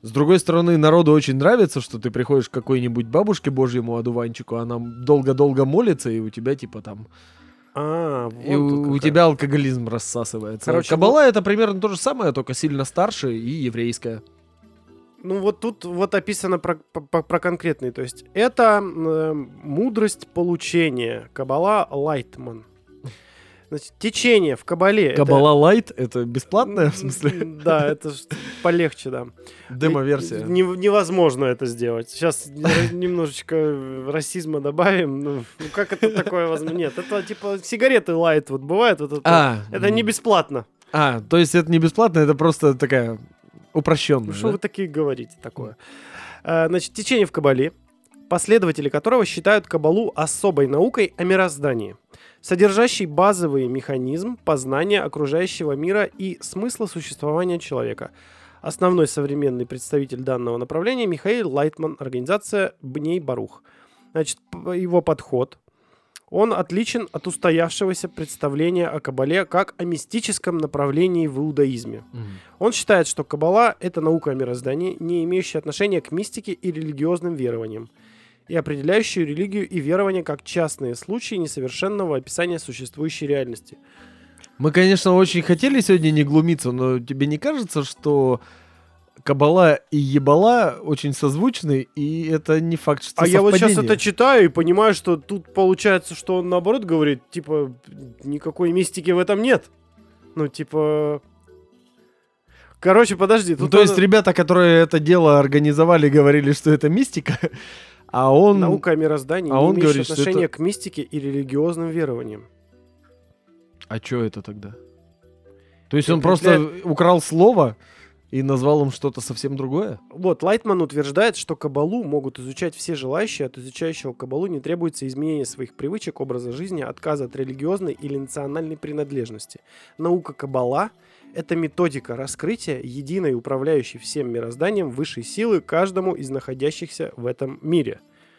С другой стороны, народу очень нравится, что ты приходишь к какой-нибудь бабушке божьему одуванчику, она долго-долго молится, и у тебя типа там... А, вот и у, у тебя алкоголизм рассасывается. Короче, Каббала вот... это примерно то же самое, только сильно старше и еврейская. Ну вот тут вот описано про, про, про конкретный. То есть это э, мудрость получения. Каббала Лайтман. Значит, течение в Каббале. Каббала это... Лайт это бесплатное, в смысле? Да, это полегче, да. Демо-версия. Не, невозможно это сделать. Сейчас немножечко расизма добавим. Ну, ну как это такое возможно? Нет, это типа сигареты Лайт вот бывает. Вот это, а, это не бесплатно. А, то есть это не бесплатно, это просто такая упрощенная. Ну да? Что вы такие говорите такое? А, значит, течение в Каббале, последователи которого считают Каббалу особой наукой о мироздании, содержащий базовый механизм познания окружающего мира и смысла существования человека. Основной современный представитель данного направления Михаил Лайтман, организация Бней Барух. Значит, его подход, он отличен от устоявшегося представления о Каббале как о мистическом направлении в иудаизме. Mm-hmm. Он считает, что Каббала — это наука о мироздании, не имеющая отношения к мистике и религиозным верованиям, и определяющую религию и верование как частные случаи несовершенного описания существующей реальности. Мы, конечно, очень хотели сегодня не глумиться, но тебе не кажется, что Каббала и ебала очень созвучны, и это не факт, что А совпадение? Я вот сейчас это читаю и понимаю, что тут получается, что он наоборот говорит, типа, никакой мистики в этом нет. Ну, типа... Короче, подожди. Ну, то есть надо... ребята, которые это дело организовали, говорили, что это мистика... А он... Наука о мироздании, а не он имеющая говорит, отношения это... к мистике и религиозным верованиям. А что это тогда? То есть это он просто для... украл слово и назвал им что-то совсем другое? Вот, Лайтман утверждает, что Каббалу могут изучать все желающие, от изучающего Каббалу не требуется изменения своих привычек, образа жизни, отказа от религиозной или национальной принадлежности. Наука Каббала — это методика раскрытия единой управляющей всем мирозданием высшей силы каждому из находящихся в этом мире.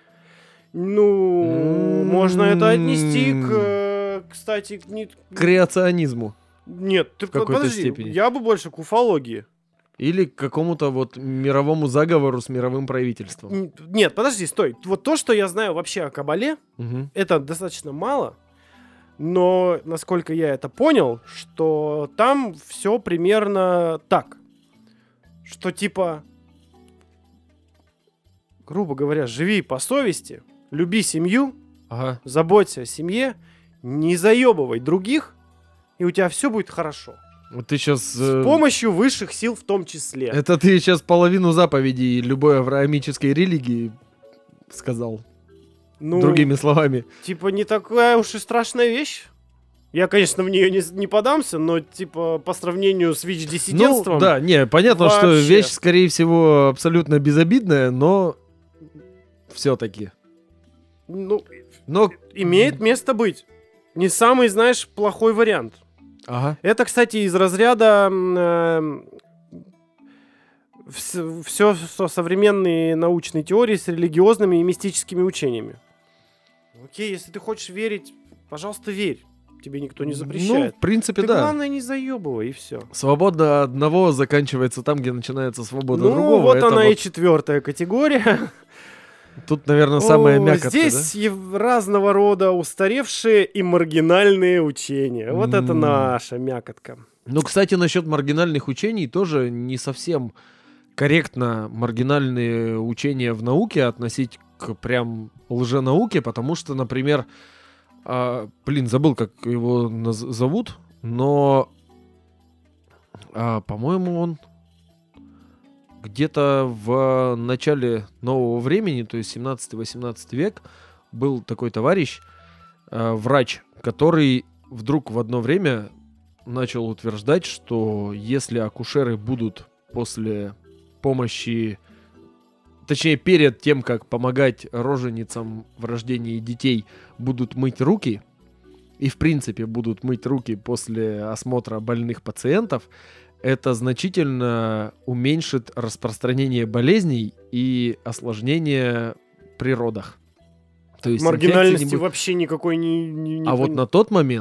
Ну, mm-hmm. можно это отнести к, кстати, не... к креационизму. Нет, ты в какой-то подожди, степени. Я бы больше к уфологии. Или к какому-то вот мировому заговору с мировым правительством. Нет, подожди, стой. Вот то, что я знаю вообще о Каббале, угу. это достаточно мало. Но, насколько я это понял, что там все примерно так. Что типа, грубо говоря, живи по совести, люби семью, ага. заботься о семье, не заебывай других, и у тебя все будет хорошо. Вот ты сейчас... С помощью высших сил в том числе. Это ты сейчас половину заповедей любой авраамической религии сказал. Ну, другими словами. Типа, не такая уж и страшная вещь. Я, конечно, в нее не, не подамся, но, типа, по сравнению с ВИЧ-диссидентством... Ну, да, не, понятно, вообще. Что вещь, скорее всего, абсолютно безобидная, но все-таки. Ну, но... имеет место быть. Не самый, знаешь, плохой вариант. Ага. Это, кстати, из разряда... Э, все, все современные научные теории с религиозными и мистическими учениями. Окей, если ты хочешь верить, пожалуйста, верь. Тебе никто не запрещает. Ну, в принципе, ты да. Главное, не заебывай, и все. Свобода одного заканчивается там, где начинается свобода ну, другого. Ну, вот это она вот... и четвертая категория. Тут, наверное, самая мякотка, Здесь да? разного рода устаревшие и маргинальные учения. Вот mm. это наша мякотка. Ну, кстати, насчет маргинальных учений тоже не совсем корректно маргинальные учения в науке относить к прям лженауке, потому что, например, а, блин, забыл, как его наз- зовут, но, а, по-моему, он где-то в начале нового времени, то есть семнадцатый-восемнадцатый век, был такой товарищ, э, врач, который вдруг в одно время начал утверждать, что если акушеры будут после помощи, точнее перед тем, как помогать роженицам в рождении детей, будут мыть руки, и в принципе будут мыть руки после осмотра больных пациентов, это значительно уменьшит распространение болезней и осложнения при родах. То есть маргинальности будет... вообще никакой не... не, не а пон... вот на тот момент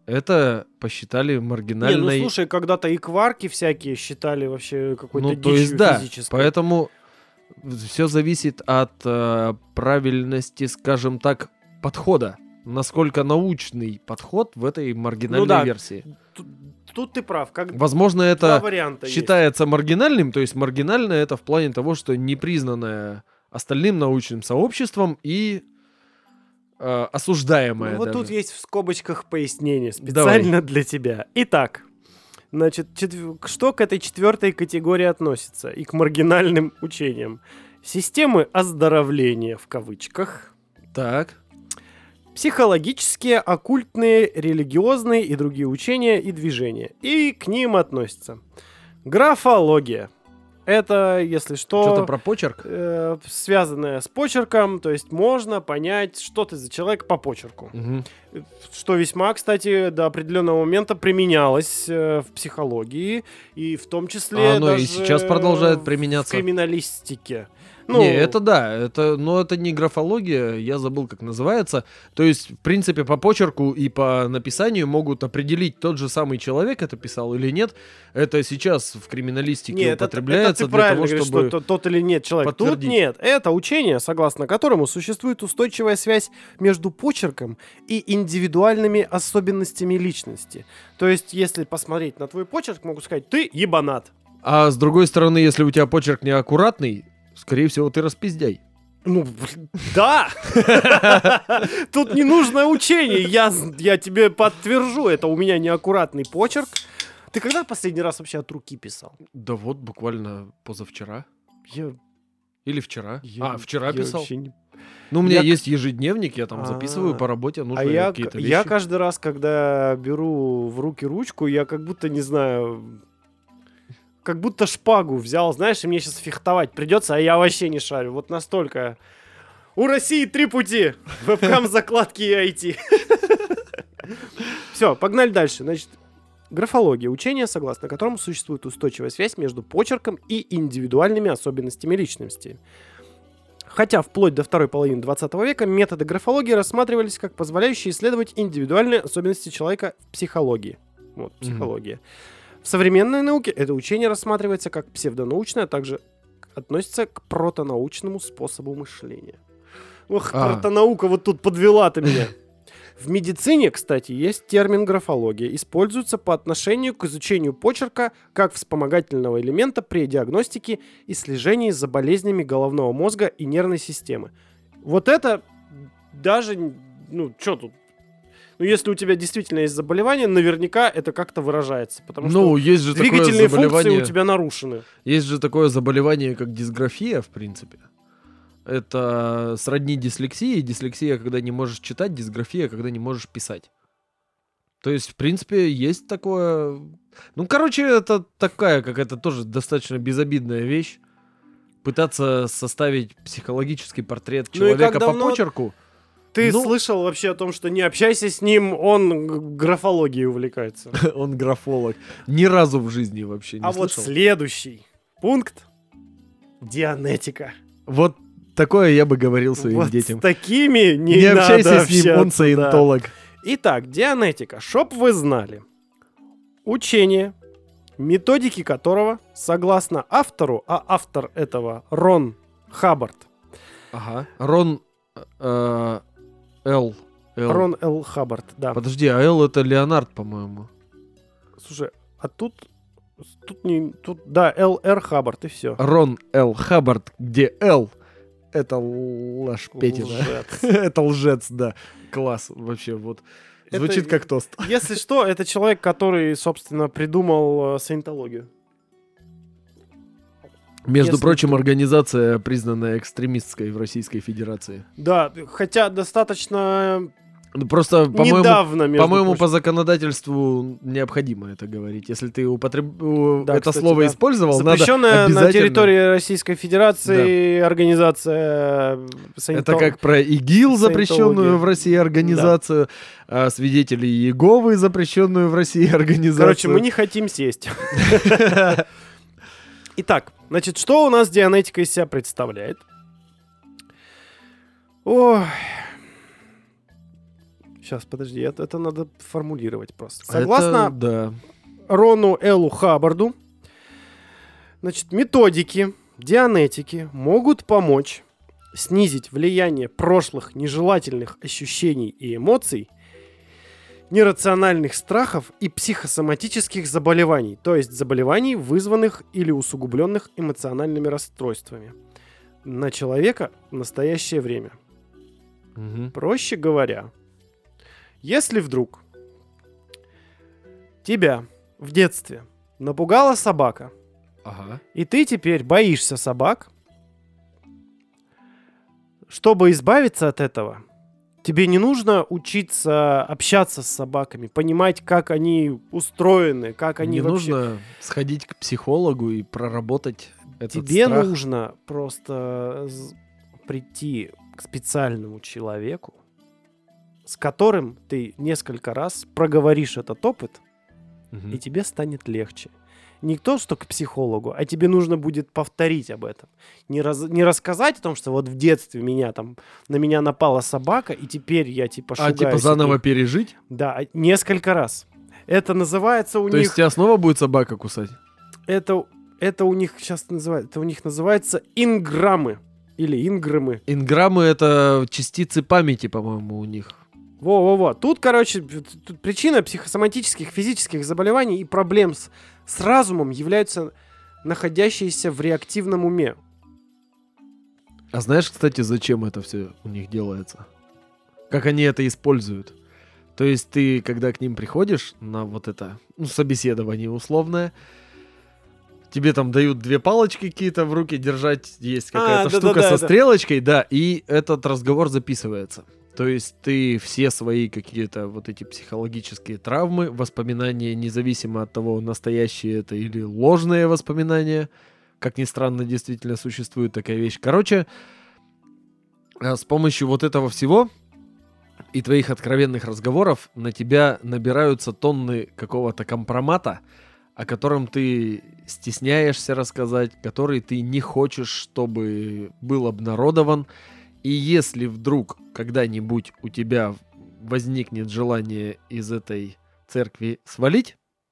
это посчитали маргинальной... Не, ну слушай, когда-то и кварки всякие считали вообще какой-то ну, дичью то есть, да, физической. поэтому все зависит от э, правильности, скажем так, подхода. Насколько научный подход в этой маргинальной Ну да, версии. Тут, тут ты прав. Как Возможно, два это варианта есть. считается маргинальным, то есть маргинальное это в плане того, что не признанное остальным научным сообществом и э, осуждаемое Ну, вот даже. тут есть в скобочках пояснение специально для тебя. Итак, значит, четв- что к этой четвертой категории относится и к маргинальным учениям? Системы оздоровления в кавычках, Так. психологические, оккультные, религиозные и другие учения и движения. И к ним относится графология. Это, если что, Что-то про почерк? э, связанное с почерком, то есть можно понять, что ты за человек по почерку. Мгм. Что весьма, кстати, до определенного момента применялось э, в психологии, и в том числе А оно и даже сейчас продолжает в применяться. криминалистике. Ну, Не, это да, это, но это не графология, я забыл, как называется. То есть, в принципе, по почерку и по написанию могут определить, тот же самый человек это писал или нет. Это сейчас в криминалистике Нет, это- употребляется это ты для правильно того, говоришь, чтобы... что то- тот или нет человек. Тут подтвердить. нет. Это учение, согласно которому существует устойчивая связь между почерком и индивидуальными особенностями личности. То есть, если посмотреть на твой почерк, могу сказать, ты ебанат. А с другой стороны, если у тебя почерк неаккуратный, скорее всего, ты распиздяй. Ну, блин, да! Тут не нужно учение, я, я тебе подтвержу, это у меня неаккуратный почерк. Ты когда последний раз вообще от руки писал? Да вот, буквально позавчера. Я, Или вчера. я- а, вчера я писал. вообще не- Ну, у меня Я к- есть ежедневник, я там А, записываю по работе А нужные я, какие-то вещи. я каждый раз, когда беру в руки ручку, я как будто, не знаю, как будто шпагу взял, знаешь, и мне сейчас фехтовать придется, а я вообще не шарю. Вот настолько. У России три пути. Вебкам, закладки и ай ти. Все, погнали дальше. Значит, графология. Учение, согласно которому существует устойчивая связь между почерком и индивидуальными особенностями личности. Хотя вплоть до второй половины двадцатого века методы графологии рассматривались как позволяющие исследовать индивидуальные особенности человека в психологии. Вот, психология. В современной науке это учение рассматривается как псевдонаучное, а также относится к протонаучному способу мышления. Ох, А. протонаука вот тут подвела ты меня. В медицине, кстати, есть термин графология. Используется по отношению к изучению почерка как вспомогательного элемента при диагностике и слежении за болезнями головного мозга и нервной системы. Вот это даже, ну, что тут? Ну, если у тебя действительно есть заболевание, наверняка это как-то выражается. Потому Ну, что есть же такое двигательные функции заболевание. у тебя нарушены. Есть же такое заболевание, как дисграфия, в принципе. Это сродни дислексии. Дислексия, когда не можешь читать, дисграфия, когда не можешь писать. То есть, в принципе, есть такое... Ну, короче, это такая какая-то тоже достаточно безобидная вещь. Пытаться составить психологический портрет Ну и человека как по давно почерку. Ты Ну- слышал вообще о том, что не общайся с ним, он г- графологией увлекается. Он графолог. Ни разу в жизни вообще не А вот слышал. следующий пункт — дианетика. Вот такое я бы говорил своим Вот детям. с такими не, Не надо общайся с ним, он общаться, да. саентолог. Итак, дианетика. Чтоб вы знали. Учение, методики которого, согласно автору, а автор этого Рон Хаббард. Ага. Рон э, Л. Л. Рон Л. Хаббард, да. Подожди, а Л это Леонард, по-моему. Слушай, а тут... Тут не... Тут, да, Л. Р. Хаббард, и все. Рон Л. Хаббард, где Л это лашпетина. Лжец. Это лжец, да. Класс, вообще, вот. Это- Звучит как тост. Если что, это человек, который, собственно, придумал э, саентологию. Между Если прочим, вдруг- организация, признанная экстремистской в Российской Федерации. Да, хотя достаточно Ну, просто, по-моему, недавно, между по-моему, прочим. по законодательству необходимо это говорить. Если ты употреб... у- Да, это кстати, слово да. использовал, Запрещенная надо обязательно... на территории Российской Федерации организация саентол- Это как про ИГИЛ, запрещенную Саентология. в России организацию, а свидетелей Иеговы, запрещенную в России организацию. Короче, мы не хотим сесть. Итак, значит, что у нас дианетика из себя представляет? Ой. Сейчас, подожди, это, это надо формулировать просто. Согласно Это, да. Рону Эллу Хаббарду, значит, методики дианетики могут помочь снизить влияние прошлых нежелательных ощущений и эмоций, нерациональных страхов и психосоматических заболеваний, то есть заболеваний, вызванных или усугубленных эмоциональными расстройствами на человека в настоящее время. Угу. Проще говоря, если вдруг тебя в детстве напугала собака, Ага. и ты теперь боишься собак, чтобы избавиться от этого, тебе не нужно учиться общаться с собаками, понимать, как они устроены, как они Не вообще... нужно сходить к психологу и проработать этот Тебе страх. нужно просто з- прийти к специальному человеку, с которым ты несколько раз проговоришь этот опыт, Мгм. и тебе станет легче. Не то, что к психологу, а тебе нужно будет повторить об этом. Не, раз, не рассказать о том, что вот в детстве меня там, на меня напала собака, и теперь я типа А шугаюсь. типа и заново ты- пережить? Да, а несколько раз. Это называется у То них... есть тебя снова будет собака кусать? Это, это у них сейчас называется... Это у них называется инграммы. Или инграммы. Инграммы — это частицы памяти, по-моему, у них. Во-во-во. Тут, короче, тут причина психосоматических, физических заболеваний и проблем с, с разумом являются находящиеся в реактивном уме. А знаешь, кстати, зачем это все у них делается? Как они это используют? То есть ты, когда к ним приходишь на вот это, ну, собеседование условное, тебе там дают две палочки какие-то в руки держать, есть какая-то А, да, штука да, да, со да. стрелочкой, да, и этот разговор записывается. То есть ты все свои какие-то вот эти психологические травмы, воспоминания, независимо от того, настоящие это или ложные воспоминания, как ни странно, действительно существует такая вещь. Короче, э, с помощью вот этого всего и твоих откровенных разговоров на тебя набираются тонны какого-то компромата, о котором ты стесняешься рассказать, который ты не хочешь, чтобы был обнародован. И если вдруг когда-нибудь у тебя возникнет желание из этой церкви свалить,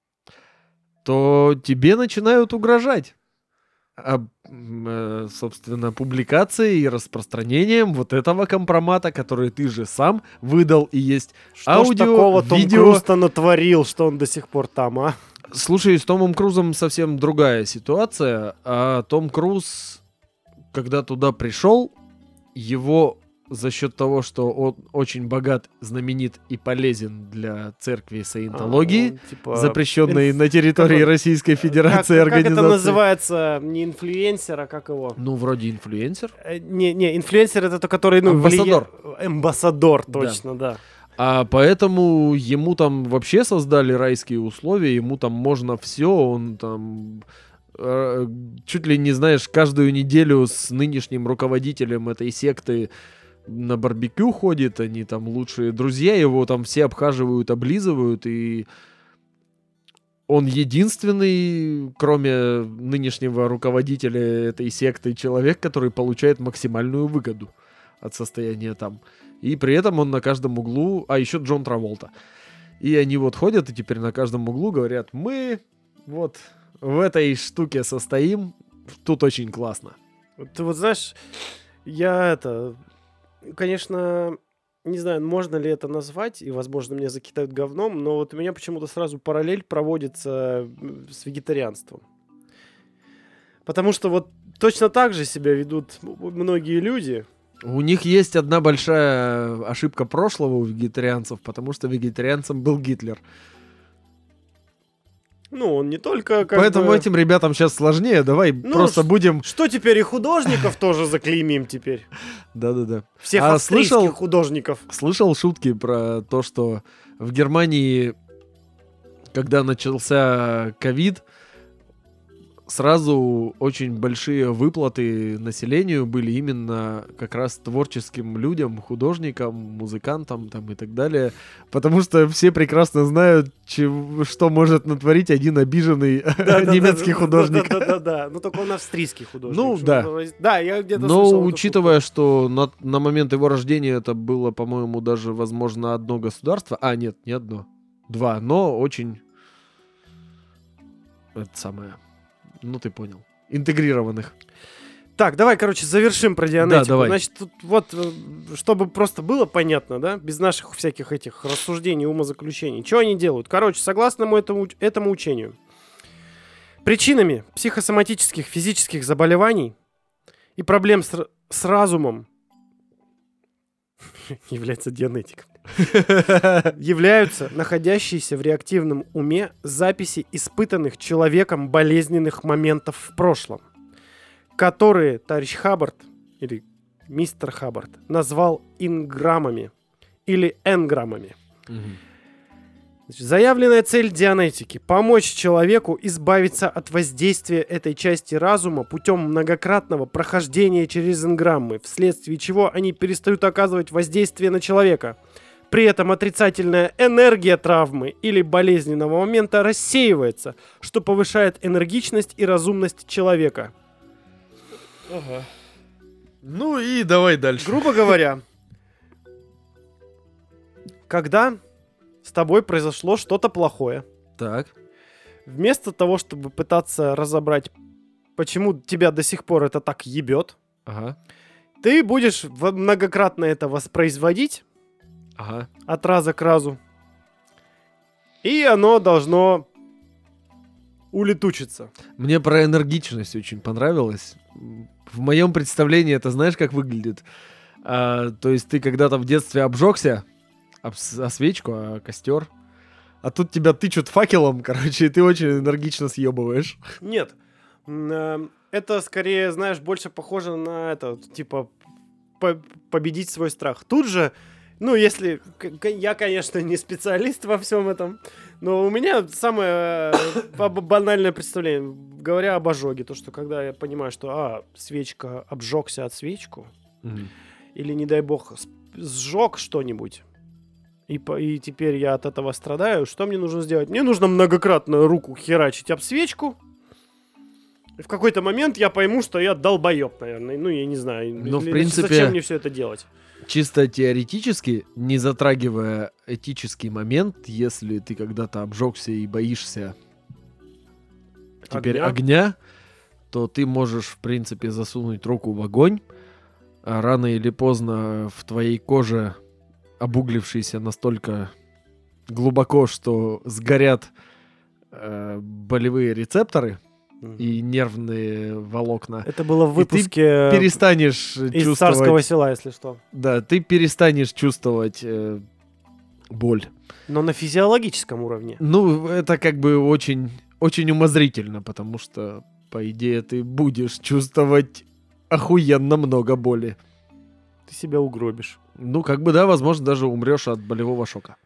то тебе начинают угрожать. А, м, э, собственно, публикацией и распространением вот этого компромата, который ты же сам выдал, и есть Что ж аудио, такого Том видео. Круз-то натворил, что он до сих пор там, а? Слушай, с Томом Крузом совсем другая ситуация. А Том Круз, когда туда пришел, его за счет того, что он очень богат, знаменит и полезен для церкви саентологии, А, он, типа, запрещенной инф- на территории как он- Российской Как, Федерации как организации. это называется? Не инфлюенсер, а как его? Ну, вроде инфлюенсер. Э, Не, не, инфлюенсер это тот, который, ну, Амбассадор. влия- Амбассадор, Да. точно, да. А поэтому ему там вообще создали райские условия, ему там можно все, он там э, чуть ли не, знаешь, каждую неделю с нынешним руководителем этой секты на барбекю ходит, они там лучшие друзья, его там все обхаживают, облизывают, и он единственный, кроме нынешнего руководителя этой секты, человек, который получает максимальную выгоду от состояния там. И при этом он на каждом углу... А, еще Джон Траволта. И они вот ходят и теперь на каждом углу говорят: мы вот в этой штуке состоим, тут очень классно. Вот Ты вот знаешь, я это... Конечно, не знаю, можно ли это назвать, и, возможно, меня закидают говном, но вот у меня почему-то сразу параллель проводится м, с вегетарианством. Потому что вот точно так же себя ведут м- многие люди. У них есть одна большая ошибка прошлого у вегетарианцев, потому что вегетарианцем был Гитлер. Ну, он не только как Поэтому бы... этим ребятам сейчас сложнее. Давай Ну, просто ш- будем... Что теперь и художников тоже заклеймим теперь? Да-да-да. Всех А австрийских слышал- художников. Слышал шутки про то, что в Германии, когда начался ковид, сразу очень большие выплаты населению были именно как раз творческим людям, художникам, музыкантам там и так далее. Потому что все прекрасно знают, чего, что может натворить один обиженный немецкий художник. Да-да-да, ну только он австрийский художник. Ну, да. Да, я где-то Но слышал. учитывая, что на, на момент его рождения это было, по-моему, даже, возможно, одно государство. А, нет, не одно. Два, но очень... Это самое... Ну, ты понял. Интегрированных. Так, давай, короче, завершим про Дианетику. Да, давай. Значит, тут вот, чтобы просто было понятно, да, без наших всяких этих рассуждений, умозаключений. Что они делают? Короче, согласно этому, этому учению, причинами психосоматических физических заболеваний и проблем с, с разумом является дианетика. Являются находящиеся в реактивном уме записи испытанных человеком болезненных моментов в прошлом, которые товарищ Хаббард, или мистер Хаббард, назвал инграммами или энграммами. Угу. Значит, заявленная цель дианетики – помочь человеку избавиться от воздействия этой части разума путем многократного прохождения через энграммы, вследствие чего они перестают оказывать воздействие на человека. При этом отрицательная энергия травмы или болезненного момента рассеивается, что повышает энергичность и разумность человека. Ага. Ну и давай дальше. Грубо говоря, когда с тобой произошло что-то плохое, Так. вместо того, чтобы пытаться разобрать, почему тебя до сих пор это так ебет, Ага. ты будешь многократно это воспроизводить, Ага. от раза к разу. И оно должно улетучиться. Мне про энергичность очень понравилось. В моем представлении это знаешь, как выглядит? А, то есть ты когда-то в детстве обжегся об, о свечку, о костер, а тут тебя тычут факелом, короче, и ты очень энергично съебываешь. Нет. Это скорее, знаешь, больше похоже на это, типа, по- победить свой страх. Тут же, ну, если... Я, конечно, не специалист во всем этом, но у меня самое э, банальное представление, говоря об ожоге, то, что когда я понимаю, что, а, свечка, обжегся от свечку, Мгм. или, не дай бог, сжег что-нибудь, и, по, и теперь я от этого страдаю, что мне нужно сделать? Мне нужно многократно руку херачить об свечку, и в какой-то момент я пойму, что я долбоеб, наверное. Ну, я не знаю. Ну, в или принципе, зачем мне все это делать? Чисто теоретически, не затрагивая этический момент, если ты когда-то обжегся и боишься теперь Огня? огня, то ты можешь, в принципе, засунуть руку в огонь, а рано или поздно в твоей коже, обуглившейся настолько глубоко, что сгорят э, болевые рецепторы и нервные волокна. Это было в И ты выпуске перестанешь из чувствовать... Царского села, если что. Да, ты перестанешь чувствовать э, боль. Но на физиологическом уровне. Ну, это как бы очень, очень умозрительно, потому что, по идее, ты будешь чувствовать охуенно много боли. Ты себя угробишь. Ну, как бы, да, возможно, даже умрешь от болевого шока.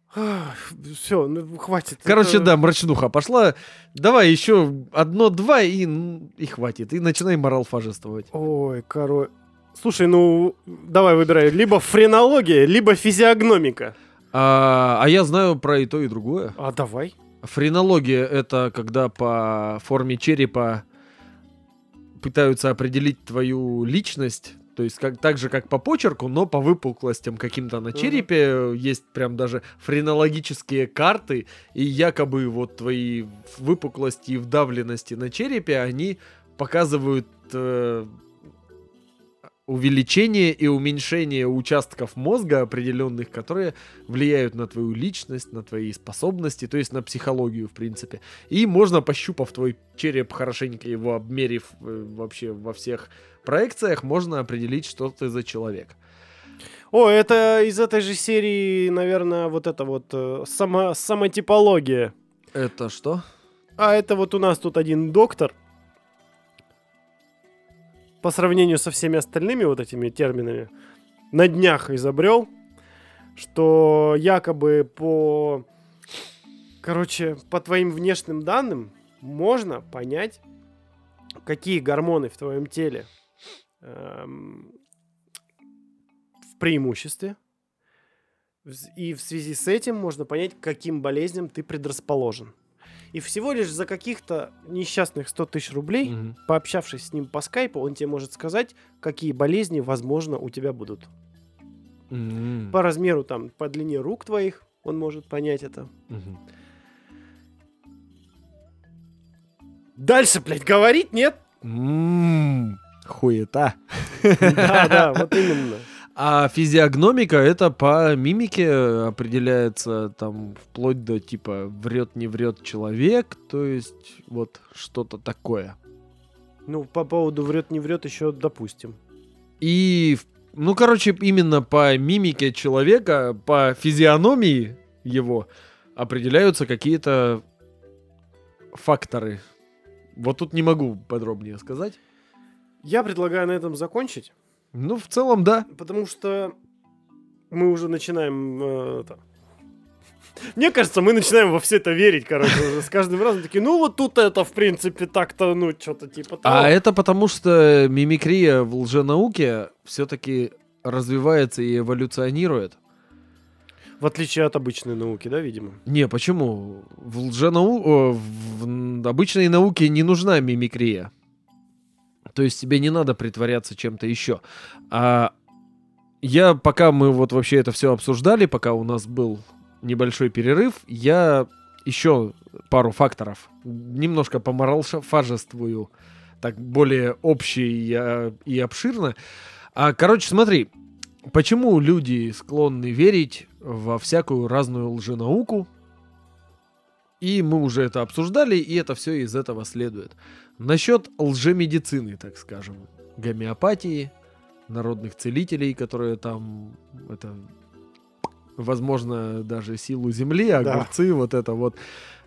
Все, ну хватит. Короче, Это- да, мрачнуха пошла. Давай еще одно-два и, и хватит. И начинай моралфажествовать. Ой, короче. Слушай, ну, давай выбирай. Либо френология, либо физиогномика. А, а я знаю про и то, и другое. А давай. Френология — это когда по форме черепа пытаются определить твою личность. То есть как, так же, как по почерку, но по выпуклостям каким-то на Мгм. черепе. Есть прям даже френологические карты. И якобы вот твои выпуклости и вдавленности на черепе, они показывают э, увеличение и уменьшение участков мозга определенных, которые влияют на твою личность, на твои способности, то есть на психологию, в принципе. И можно, пощупав твой череп, хорошенько его обмерив э, вообще во всех проекциях, можно определить, что ты за человек. О, это из этой же серии, наверное, вот это вот э, само, самотипология. Это что? А это вот у нас тут один доктор, по сравнению со всеми остальными вот этими терминами, на днях изобрел, что якобы по, короче, по твоим внешним данным можно понять какие гормоны в твоем теле эм, в преимуществе. И в связи с этим можно понять, к каким болезням ты предрасположен. И всего лишь за каких-то несчастных сто тысяч рублей, Мгм. пообщавшись с ним по скайпу, он тебе может сказать, какие болезни, возможно, у тебя будут. М. По размеру, там, по длине рук твоих он может понять это. Мгм. Дальше, блядь, говорить нет? М, Хуета. Да, да, вот именно. А физиогномика это по мимике определяется там вплоть до типа врет, не врет человек, то есть вот что-то такое. Ну, по поводу врет, не врет, еще допустим. И, в- ну, короче, именно по мимике человека, по физиономии его определяются какие-то факторы. Вот тут не могу подробнее сказать. Я предлагаю на этом закончить, Ну, в целом, да. потому что мы уже начинаем... э, это... Мне кажется, мы начинаем во все это верить, короче, уже с каждым разом такие, ну вот тут это, в принципе, так-то, ну, что-то типа того. А это потому, что мимикрия в лженауке все-таки развивается и эволюционирует. В отличие от обычной науки, да, видимо? Не, почему? В лженау... о, в н- обычной науке не нужна мимикрия. То есть тебе не надо притворяться чем-то еще. А я, пока мы вот вообще это все обсуждали, пока у нас был небольшой перерыв, я еще пару факторов немножко поморалфажествую, так более общий и, а, и обширно. А, короче, смотри, почему люди склонны верить во всякую разную лженауку? И мы уже это обсуждали, и это все из этого следует. Насчет лжемедицины, так скажем, гомеопатии, народных целителей, которые там, это, возможно, даже силу земли, огурцы, вот это вот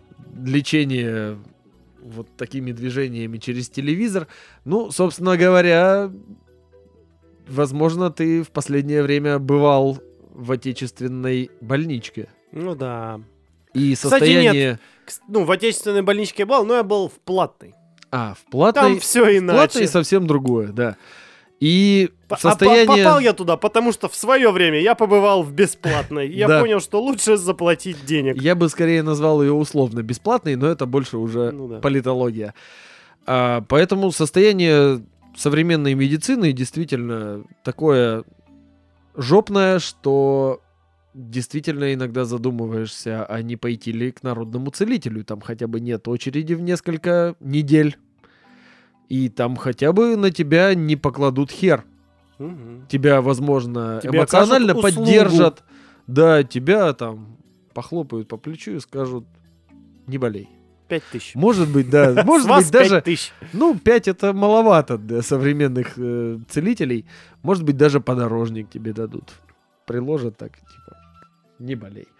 лечение вот такими движениями через телевизор. Ну, собственно говоря, возможно, ты в последнее время бывал в отечественной больничке. Ну да. И Кстати, состояние... Кс- Ну, в отечественной больничке я был, но я был в платной. А, в платной... Там все в иначе. платной совсем другое, да. И П- а состояние... по- попал я туда, потому что в свое время я побывал в бесплатной. Я Да. понял, что лучше заплатить денег. Я бы скорее назвал ее условно бесплатной, но это больше уже Ну да. политология. А, поэтому состояние современной медицины действительно такое жопное, что действительно иногда задумываешься, а не пойти ли к народному целителю. Там хотя бы нет очереди в несколько недель. И там хотя бы на тебя не покладут хер. Мгм. Тебя, возможно, Тебе эмоционально окажут услугу. поддержат. Да, тебя там похлопают по плечу и скажут, не болей. Пять тысяч. Может быть, да. Может С вас быть, даже... пять тысяч. Ну, пять это маловато для современных э, целителей. Может быть, даже подорожник тебе дадут. Приложат так, типа, не болей.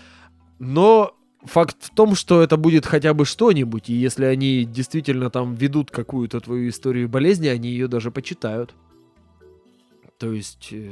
Но факт в том, что это будет хотя бы что-нибудь. И если они действительно там ведут какую-то твою историю болезни, они ее даже почитают. То есть... э,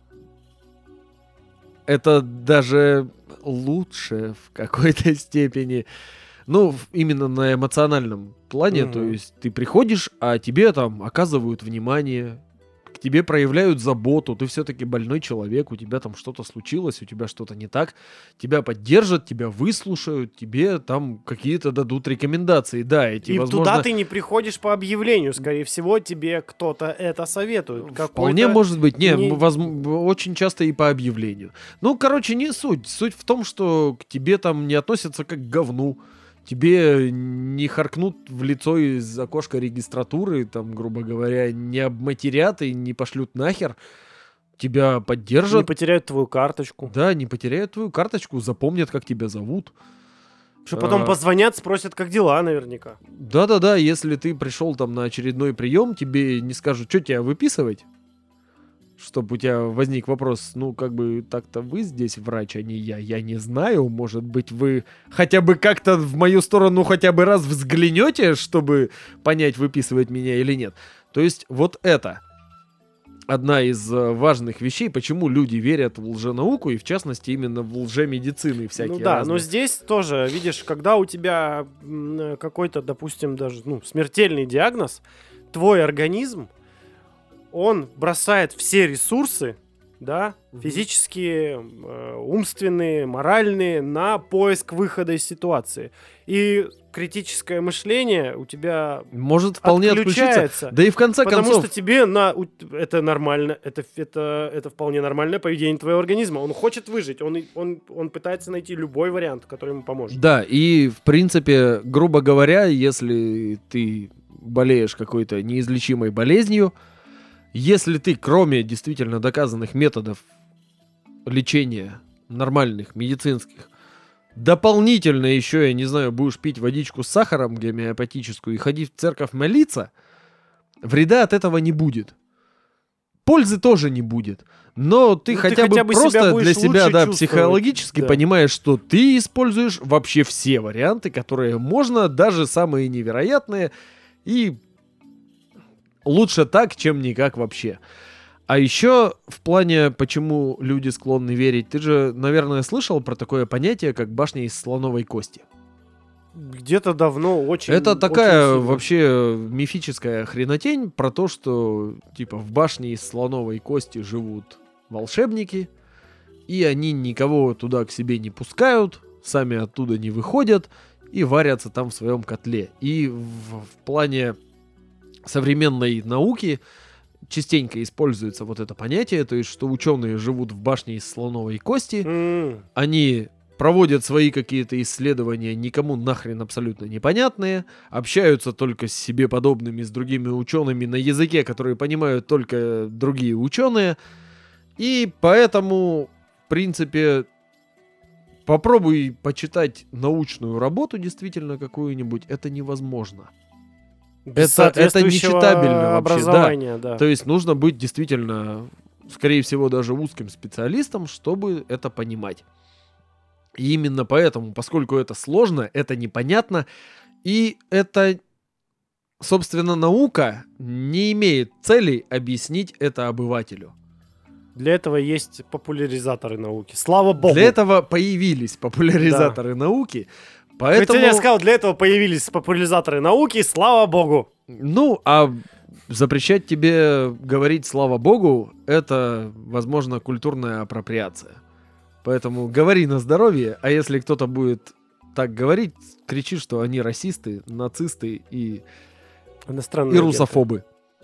это даже лучше в какой-то степени. Ну, в- именно на эмоциональном плане. Мгм. То есть ты приходишь, а тебе там оказывают внимание, к тебе проявляют заботу. Ты все-таки больной человек, у тебя там что-то случилось, у тебя что-то не так. Тебя поддержат, тебя выслушают, тебе там какие-то дадут рекомендации. Да, эти, И возможно... туда ты не приходишь по объявлению. Скорее всего, тебе кто-то это советует. Вполне Какой-то- может быть. Не, не- возм- очень часто и по объявлению. Ну, короче, не суть. Суть в том, что к тебе там не относятся как к говну. Тебе не харкнут в лицо из окошка регистратуры, там, грубо говоря, не обматерят и не пошлют нахер. Тебя Не поддержат. потеряют твою карточку. Да, не потеряют твою карточку, запомнят, как тебя зовут. Что потом А. позвонят, спросят, как дела, наверняка. Да-да-да, если ты пришел там на очередной прием, тебе не скажут, что тебя выписывать, чтобы у тебя возник вопрос, ну, как бы так-то вы здесь врач, а не я, я не знаю, может быть, вы хотя бы как-то в мою сторону хотя бы раз взглянете, чтобы понять, выписывать меня или нет. То есть вот это. одна из э, важных вещей, почему люди верят в лженауку, и в частности именно в лжемедицины всякие Ну да, разные. но здесь тоже, видишь, когда у тебя м, какой-то, допустим, даже ну, смертельный диагноз, твой организм, он бросает все ресурсы, да, Мгм. физические, э, умственные, моральные, на поиск выхода из ситуации. И критическое мышление у тебя Может вполне отключиться. отключается. Да и в конце Потому концов, что тебе на, у- это нормально, это, это, это вполне нормальное поведение твоего организма. Он хочет выжить, он, и- он, он пытается найти любой вариант, который ему поможет. да, и в принципе, грубо говоря, если ты болеешь какой-то неизлечимой болезнью, если ты, кроме действительно доказанных методов лечения нормальных, медицинских, дополнительно еще, я не знаю, будешь пить водичку с сахаром гомеопатическую и ходить в церковь молиться, вреда от этого не будет. Пользы тоже не будет. Но ты, Ну, ты хотя, хотя бы бы себя просто будешь для себя, лучше да, чувствовать, психологически да. понимаешь, что ты используешь вообще все варианты, которые можно, даже самые невероятные, и лучше так, чем никак вообще. А еще в плане, почему люди склонны верить, ты же, наверное, слышал про такое понятие, как башня из слоновой кости. Где-то давно очень... Это очень такая сильно. вообще мифическая хренотень про то, что типа в башне из слоновой кости живут волшебники, и они никого туда к себе не пускают, сами оттуда не выходят и варятся там в своем котле. И в, в плане современной науки частенько используется вот это понятие, то есть что ученые живут в башне из слоновой кости, М, они проводят свои какие-то исследования, никому нахрен абсолютно непонятные, общаются только с себе подобными, с другими учеными на языке, который понимают только другие ученые, и поэтому, в принципе, попробуй почитать научную работу действительно какую-нибудь, это невозможно. без Это- это соответствующего нечитабельно вообще, да. образования, да. То есть нужно быть действительно, скорее всего, даже узким специалистом, чтобы это понимать. И именно поэтому, поскольку это сложно, это непонятно, и это, собственно, наука не имеет цели объяснить это обывателю. Для этого есть популяризаторы науки. Слава богу. Для этого появились популяризаторы науки, поэтому... Хотя я сказал, для этого появились популяризаторы науки, слава богу. Ну, а запрещать тебе говорить «слава богу» — это, возможно, культурная апроприация. Поэтому говори на здоровье, а если кто-то будет так говорить, кричи, что они расисты, нацисты и, Иностранные и агенты. русофобы.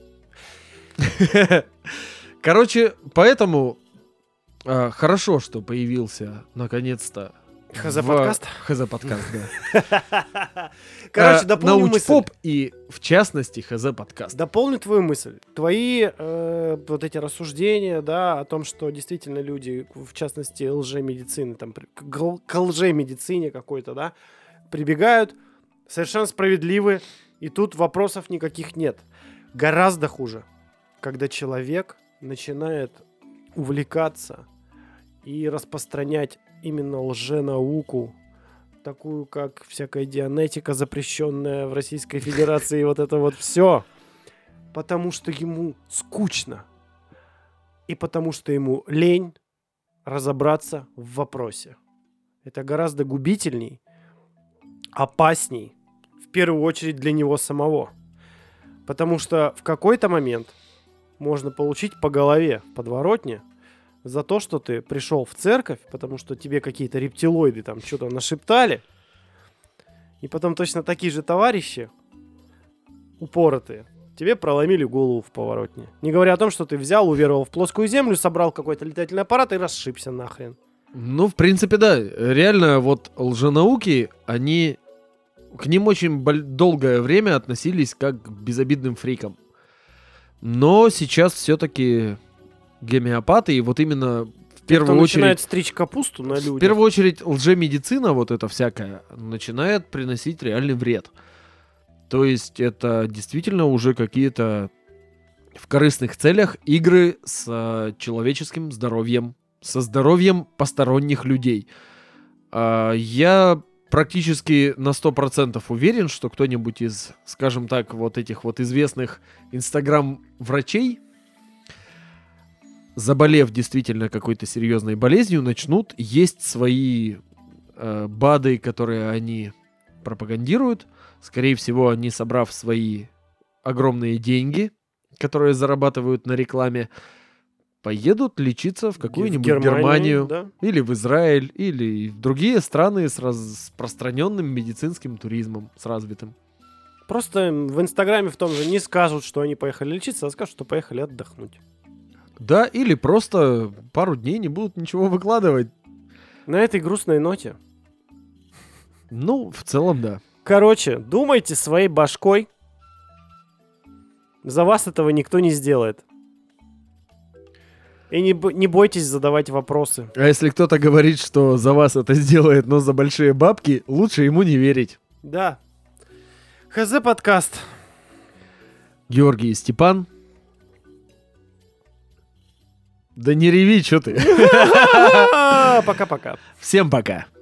Короче, поэтому а, хорошо, что появился наконец-то ХЗ-подкаст? в- ХЗ-подкаст, да. Короче, А, дополню мысль. Научпоп и, в частности, ХЗ-подкаст. Дополню твою мысль. Твои э, вот эти рассуждения, да, о том, что действительно люди, в частности, лжемедицины, там, при- к гл- к лжемедицине какой-то, да, прибегают, совершенно справедливы, и тут вопросов никаких нет. Гораздо хуже, когда человек начинает увлекаться и распространять именно лженауку, такую, как всякая дианетика, запрещенная в Российской Федерации, вот это вот все. Потому что ему скучно. И потому что ему лень разобраться в вопросе. Это гораздо губительней, опасней, в первую очередь для него самого. Потому что в какой-то момент можно получить по голове в подворотне за то, что ты пришел в церковь, потому что тебе какие-то рептилоиды там что-то нашептали, и потом точно такие же товарищи, упоротые, тебе проломили голову в поворотне. Не говоря о том, что ты взял, уверовал в плоскую землю, собрал какой-то летательный аппарат и расшибся нахрен. Ну, в принципе, да. Реально, вот лженауки, они... К ним очень бол- долгое время относились как к безобидным фрикам. Но сейчас все-таки гомеопаты, и вот именно в Те, кто первую начинает очередь... стричь капусту на В людях. первую очередь лжемедицина вот эта всякая начинает приносить реальный вред. То есть это действительно уже какие-то в корыстных целях игры с а, человеческим здоровьем, со здоровьем посторонних людей. А, я практически на сто процентов уверен, что кто-нибудь из, скажем так, вот этих вот известных инстаграм-врачей заболев действительно какой-то серьезной болезнью, начнут есть свои э, БАДы, которые они пропагандируют. Скорее всего, они, собрав свои огромные деньги, которые зарабатывают на рекламе, поедут лечиться в какую-нибудь В Германию, Германию, да. или в Израиль, или в другие страны с распространенным медицинским туризмом, с развитым. Просто в Инстаграме в том же не скажут, что они поехали лечиться, а скажут, что поехали отдохнуть. Да, или просто пару дней не будут ничего выкладывать. На этой грустной ноте. Ну, в целом, да. Короче, думайте своей башкой. За вас этого никто не сделает. И не, бо- не бойтесь задавать вопросы. А если кто-то говорит, что за вас это сделает, но за большие бабки, лучше ему не верить. Да. ХЗ подкаст. Георгий и Степан. Да не реви, что ты. Пока-пока. Всем пока.